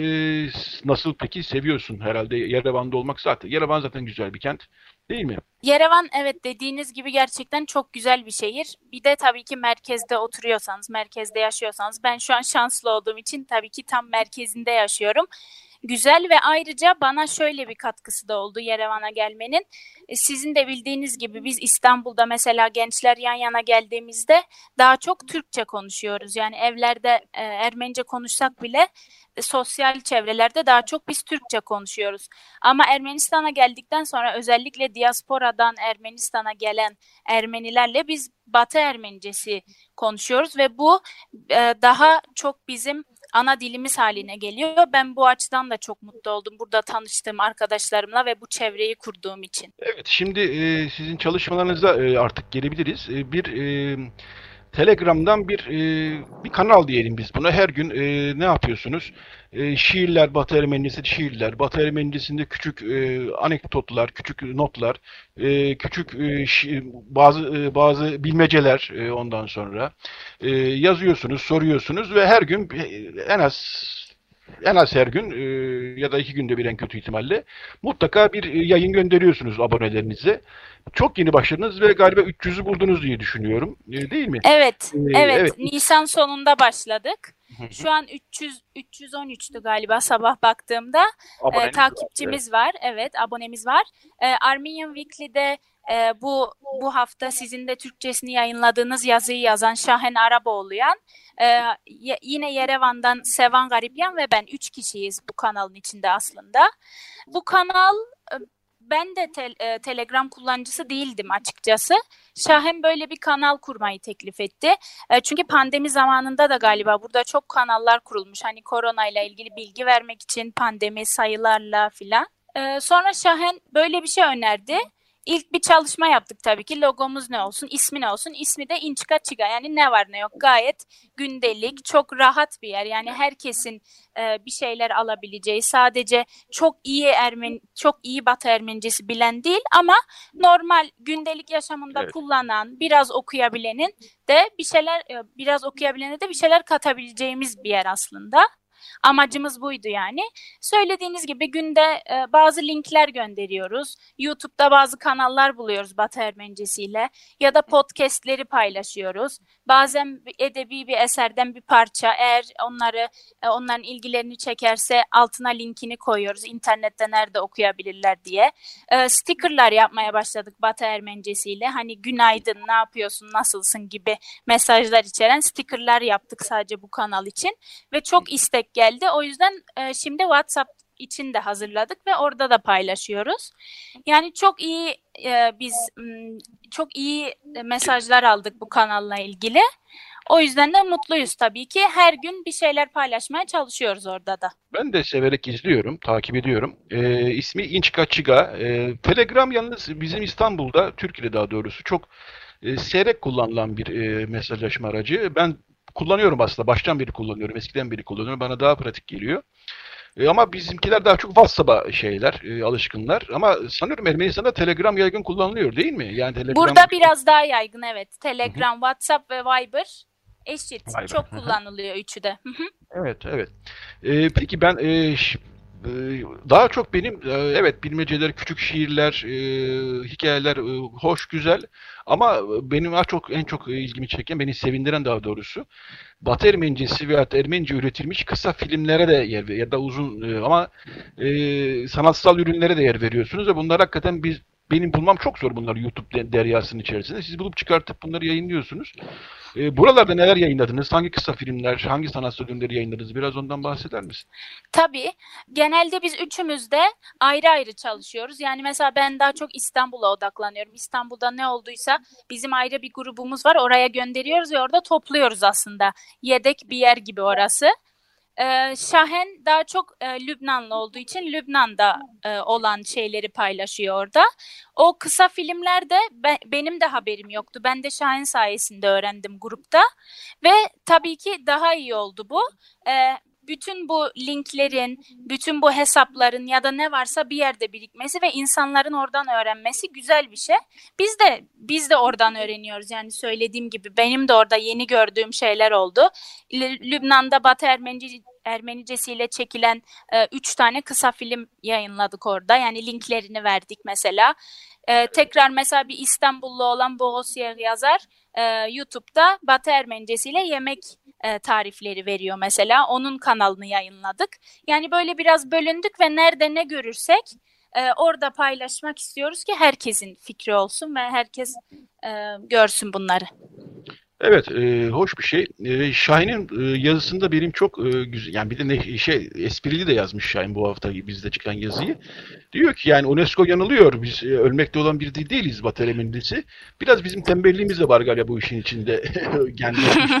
nasıl peki, seviyorsun herhalde? Yerevan'da olmak zaten. Yerevan zaten güzel bir kent değil mi? Yerevan evet, dediğiniz gibi gerçekten çok güzel bir şehir. Bir de tabii ki merkezde oturuyorsanız, merkezde yaşıyorsanız, ben şu an şanslı olduğum için tabii ki tam merkezinde yaşıyorum. Güzel ve ayrıca bana şöyle bir katkısı da oldu Yerevan'a gelmenin. Sizin de bildiğiniz gibi biz İstanbul'da mesela gençler yan yana geldiğimizde daha çok Türkçe konuşuyoruz. Yani evlerde e, Ermenice konuşsak bile e, sosyal çevrelerde daha çok biz Türkçe konuşuyoruz. Ama Ermenistan'a geldikten sonra özellikle diasporadan Ermenistan'a gelen Ermenilerle biz Batı Ermenicesi konuşuyoruz ve bu e, daha çok bizim ana dilimiz haline geliyor. Ben bu açıdan da çok mutlu oldum burada tanıştığım arkadaşlarımla ve bu çevreyi kurduğum için. Evet, şimdi e, sizin çalışmalarınıza e, artık gelebiliriz. E, bir e, Telegram'dan bir e, bir kanal diyelim biz buna. Her gün e, ne yapıyorsunuz? E, şiirler, Batı Ermenicesi şiirler, Batı Ermenicesinde küçük e, anekdotlar, küçük notlar, e, küçük e, şi, bazı e, bazı bilmeceler e, ondan sonra e, yazıyorsunuz, soruyorsunuz ve her gün e, en az En az her gün e, ya da iki günde bir en kötü ihtimalle mutlaka bir e, yayın gönderiyorsunuz abonelerinize. Çok yeni başladınız ve galiba üç yüzü buldunuz diye düşünüyorum. E, değil mi? Evet, Ee, evet. evet. Nisan sonunda başladık. Şu an üç yüz üç yüz on üçtü galiba sabah baktığımda. E, takipçimiz var, evet. var. Evet, abonemiz var. E, Armenian Weekly'de e, bu bu hafta sizin de Türkçesini yayınladığınız yazıyı yazan Şahen Araboğluyan, e, y- yine Yerevan'dan Sevan Garipyan ve ben üç kişiyiz bu kanalın içinde aslında. Bu kanal e, ben de te- e, Telegram kullanıcısı değildim açıkçası. Şahen böyle bir kanal kurmayı teklif etti. E, çünkü pandemi zamanında da galiba burada çok kanallar kurulmuş. Hani koronayla ilgili bilgi vermek için pandemi sayılarla filan. E, sonra Şahen böyle bir şey önerdi. İlk bir çalışma yaptık tabii ki. Logomuz ne olsun, ismi ne olsun? İsmi de İnçika Çiga. Yani ne var ne yok. Gayet gündelik, çok rahat bir yer. Yani herkesin e, bir şeyler alabileceği, sadece çok iyi Ermeni, çok iyi Batı Ermenicesi bilen değil ama normal gündelik yaşamında evet. kullanan, biraz okuyabilenin de bir şeyler, e, biraz okuyabilene de bir şeyler katabileceğimiz bir yer aslında. Amacımız buydu yani. Söylediğiniz gibi günde e, bazı linkler gönderiyoruz. YouTube'da bazı kanallar buluyoruz Batı Ermenicesiyle ya da podcastleri paylaşıyoruz. Bazen edebi bir eserden bir parça, eğer onları e, onların ilgilerini çekerse altına linkini koyuyoruz. İnternette nerede okuyabilirler diye. E, stickerlar yapmaya başladık Batı Ermenicesiyle. Hani günaydın, ne yapıyorsun, nasılsın gibi mesajlar içeren stickerlar yaptık sadece bu kanal için ve çok istek geldi. O yüzden e, şimdi WhatsApp için de hazırladık ve orada da paylaşıyoruz. Yani çok iyi e, biz m, çok iyi mesajlar aldık bu kanalla ilgili. O yüzden de mutluyuz tabii ki. Her gün bir şeyler paylaşmaya çalışıyoruz orada da. Ben de severek izliyorum, takip ediyorum. Ee, ismi İnçka Çıga. Ee, Telegram yalnız bizim İstanbul'da, Türkiye'de daha doğrusu çok e, seyrek kullanılan bir e, mesajlaşma aracı. Ben kullanıyorum aslında. Baştan beri kullanıyorum. Eskiden beri kullanıyorum. Bana daha pratik geliyor. E, ama bizimkiler daha çok WhatsApp'a şeyler, e, alışkınlar. Ama sanıyorum Ermenistan'da Telegram yaygın kullanılıyor değil mi? Yani Telegram... Burada biraz daha yaygın, evet. Telegram, Hı-hı. WhatsApp ve Viber eşit. Viber. Çok Hı-hı. kullanılıyor üçü de. Hı-hı. Evet, evet. E, peki ben... E, ş- Daha çok benim evet bilmeceler, küçük şiirler, hikayeler hoş, güzel ama benim daha çok en çok ilgimi çeken, beni sevindiren daha doğrusu Batı Ermenicesi veya Ermenice üretilmiş kısa filmlere de yer ya da uzun ama e, sanatsal ürünlere de yer veriyorsunuz ve bunlar hakikaten biz benim bulmam çok zor, bunlar YouTube deryasının içerisinde. Siz bulup çıkartıp bunları yayınlıyorsunuz. E, buralarda neler yayınladınız? Hangi kısa filmler, hangi sanatsal ürünleri yayınladınız? Biraz ondan bahseder misin? Tabii. Genelde biz üçümüz de ayrı ayrı çalışıyoruz. Yani mesela ben daha çok İstanbul'a odaklanıyorum. İstanbul'da ne olduysa bizim ayrı bir grubumuz var. Oraya gönderiyoruz ve orada topluyoruz aslında. Yedek bir yer gibi orası. Ee, Şahen daha çok e, Lübnanlı olduğu için Lübnan'da e, olan şeyleri paylaşıyor orada. O kısa filmlerde be, benim de haberim yoktu. Ben de Şahen sayesinde öğrendim grupta. Ve tabii ki daha iyi oldu bu. E, bütün bu linklerin, bütün bu hesapların ya da ne varsa bir yerde birikmesi ve insanların oradan öğrenmesi güzel bir şey. Biz de biz de oradan öğreniyoruz. Yani söylediğim gibi benim de orada yeni gördüğüm şeyler oldu. Lübnan'da Batı Ermenice, Ermenicesiyle çekilen e, üç tane kısa film yayınladık orada. Yani linklerini verdik mesela. E, tekrar mesela bir İstanbullu olan Boğosiyer yazar e, YouTube'da Batı Ermenicesiyle yemek e, tarifleri veriyor mesela. Onun kanalını yayınladık. Yani böyle biraz bölündük ve nerede ne görürsek e, orada paylaşmak istiyoruz ki herkesin fikri olsun ve herkes e, görsün bunları. Evet, e, hoş bir şey. E, Şahin'in e, yazısında benim çok e, güzel, yani bir de ne, şey esprili de yazmış Şahin bu hafta bizde çıkan yazıyı. Diyor ki yani UNESCO yanılıyor. Biz e, ölmekte olan bir dil değiliz Batı Ermenisi. Biraz bizim tembelliğimiz de var galiba bu işin içinde. Yani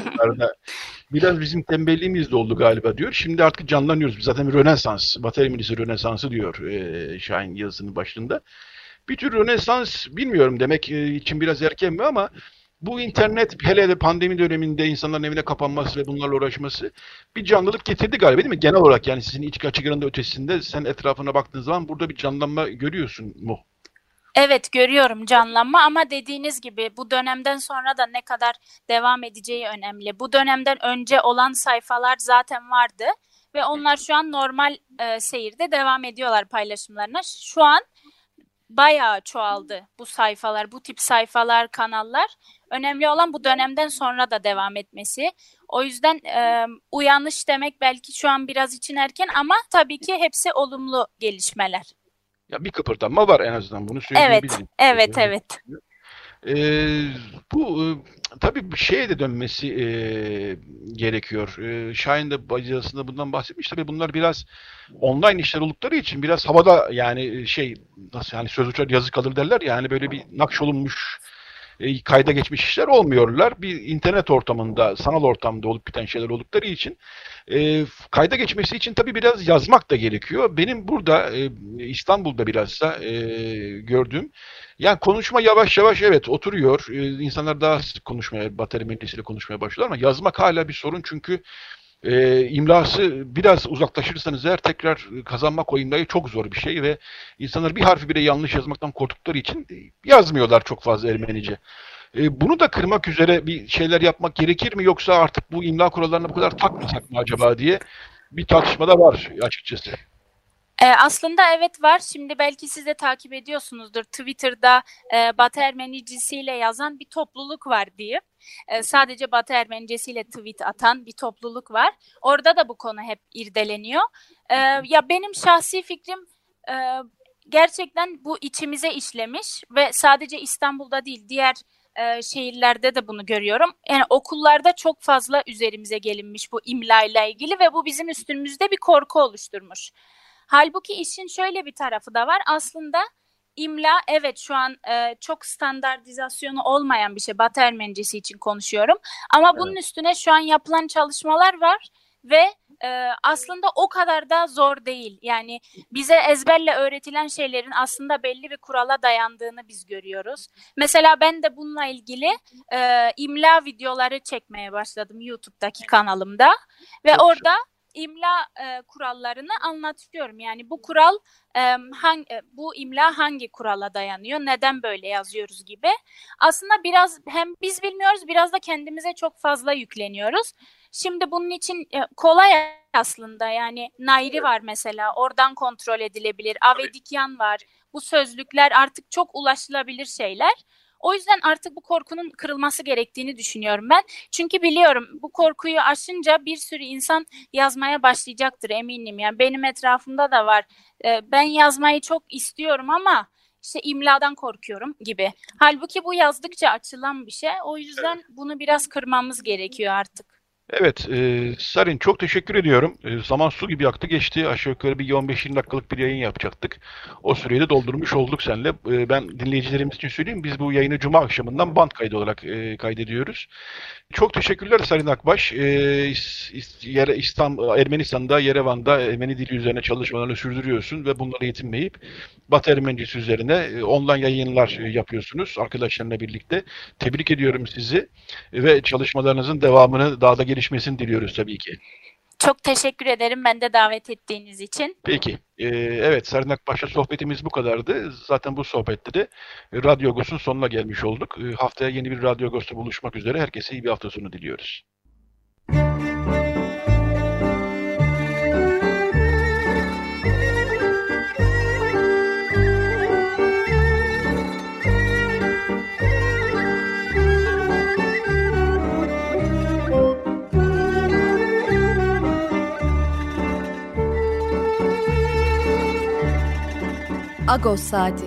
biraz bizim tembelliğimiz de oldu galiba diyor. Şimdi artık canlanıyoruz. Biz zaten bir Rönesans, Batı Ermenisi Rönesansı diyor e, Şahin yazısının başında. Bir tür Rönesans bilmiyorum demek için biraz erken mi ama bu internet, hele de pandemi döneminde insanların evine kapanması ve bunlarla uğraşması bir canlılık getirdi galiba değil mi? Genel olarak yani sizin iç açıklarının da ötesinde sen etrafına baktığın zaman burada bir canlanma görüyorsun mu? Evet, görüyorum canlanma ama dediğiniz gibi bu dönemden sonra da ne kadar devam edeceği önemli. Bu dönemden önce olan sayfalar zaten vardı ve onlar şu an normal e, seyirde devam ediyorlar paylaşımlarına. Şu an bayağı çoğaldı bu sayfalar, bu tip sayfalar, kanallar. Önemli olan bu dönemden sonra da devam etmesi. O yüzden e, uyanış demek belki şu an biraz için erken ama tabii ki hepsi olumlu gelişmeler. Ya bir kıpırdanma var en azından, bunu söyleyebiliriz. Evet, evet, evet. Ee, bu e, tabii bir şeye de dönmesi e, gerekiyor. E, Şahin de yazısında bundan bahsetmiş. Tabii bunlar biraz online işler oldukları için biraz havada, yani şey nasıl, yani söz uçar yazı kalır derler ya, yani böyle bir nakşolunmuş, e, kayda geçmiş işler olmuyorlar. Bir internet ortamında, sanal ortamda olup biten şeyler oldukları için e, kayda geçmesi için tabii biraz yazmak da gerekiyor. Benim burada e, İstanbul'da bilhassa e, gördüğüm, yani konuşma yavaş yavaş evet oturuyor. E, insanlar daha sık konuşmaya, Batı Ermenisiyle konuşmaya başlıyorlar ama yazmak hala bir sorun çünkü e, imlası biraz uzaklaşırsanız eğer tekrar kazanmak o imlayı çok zor bir şey ve insanlar bir harfi bile yanlış yazmaktan korktukları için yazmıyorlar çok fazla Ermenice. E, bunu da kırmak üzere bir şeyler yapmak gerekir mi, yoksa artık bu imla kurallarına bu kadar takmasak mı acaba diye bir tartışma da var açıkçası. Ee, aslında evet var. Şimdi belki siz de takip ediyorsunuzdur. Twitter'da e, Batı Ermenicesiyle yazan bir topluluk var diye. E, sadece Batı Ermenicesiyle tweet atan bir topluluk var. Orada da bu konu hep irdeleniyor. E, ya benim şahsi fikrim e, gerçekten bu içimize işlemiş ve sadece İstanbul'da değil, diğer e, şehirlerde de bunu görüyorum. Yani okullarda çok fazla üzerimize gelinmiş bu imla ile ilgili ve bu bizim üstümüzde bir korku oluşturmuş. Halbuki işin şöyle bir tarafı da var. Aslında İmla evet şu an e, çok standartizasyonu olmayan bir şey. Batı Ermenicesi için konuşuyorum. Ama evet. Bunun üstüne şu an yapılan çalışmalar var ve e, aslında o kadar da zor değil. Yani bize ezberle öğretilen şeylerin aslında belli bir kurala dayandığını biz görüyoruz. Mesela ben de bununla ilgili e, imla videoları çekmeye başladım YouTube'daki kanalımda ve çok orada İmla e, kurallarını anlatıyorum. Yani bu kural e, hangi, bu imla hangi kurala dayanıyor? Neden böyle yazıyoruz gibi. Aslında biraz hem biz bilmiyoruz, biraz da kendimize çok fazla yükleniyoruz. Şimdi bunun için e, kolay aslında. Yani Nairi var mesela. Oradan kontrol edilebilir. Avedikyan var. Bu sözlükler artık çok ulaşılabilir şeyler. O yüzden artık bu korkunun kırılması gerektiğini düşünüyorum ben. Çünkü biliyorum bu korkuyu aşınca bir sürü insan yazmaya başlayacaktır eminim. Yani benim etrafımda da var. Ee, ben yazmayı çok istiyorum ama işte imladan korkuyorum gibi. Halbuki bu yazdıkça açılan bir şey. O yüzden bunu biraz kırmamız gerekiyor artık. Evet, e, Sarin çok teşekkür ediyorum. E, zaman su gibi aktı geçti. Aşağı yukarı bir on beş yirmi dakikalık bir yayın yapacaktık. O süreyi de doldurmuş olduk seninle. E, ben dinleyicilerimiz için söyleyeyim. Biz bu yayını Cuma akşamından band kaydı olarak e, kaydediyoruz. Çok teşekkürler Sarin Akbaş. E, İstanbul, Ermenistan'da, Yerevan'da Ermeni dili üzerine çalışmalarını sürdürüyorsun ve bunlara yetinmeyip Batı Ermenicesi üzerine e, online yayınlar e, yapıyorsunuz arkadaşlarla birlikte. Tebrik ediyorum sizi e, ve çalışmalarınızın devamını daha da gelişmesini diliyoruz tabii ki. Çok teşekkür ederim ben de davet ettiğiniz için. Peki. Ee, evet Sarin Akbaş'la sohbetimiz bu kadardı. Zaten bu sohbette de Radyo Agos'un sonuna gelmiş olduk. Ee, haftaya yeni bir Radyo Agos'ta buluşmak üzere. Herkese iyi bir hafta sonu diliyoruz. Agos Saati.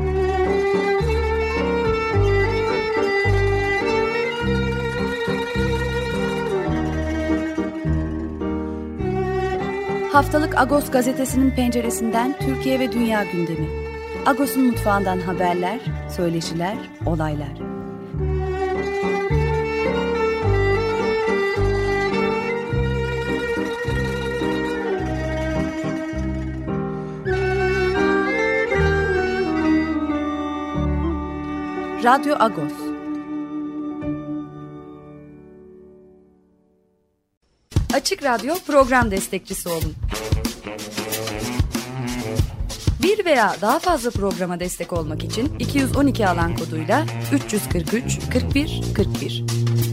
Haftalık Agos gazetesinin penceresinden Türkiye ve dünya gündemi. Agos'un mutfağından haberler, söyleşiler, olaylar. Radyo Agos. Açık Radyo program destekçisi olun. Bir veya daha fazla programa destek olmak için iki yüz on iki alan koduyla üç yüz kırk üç kırk bir kırk bir.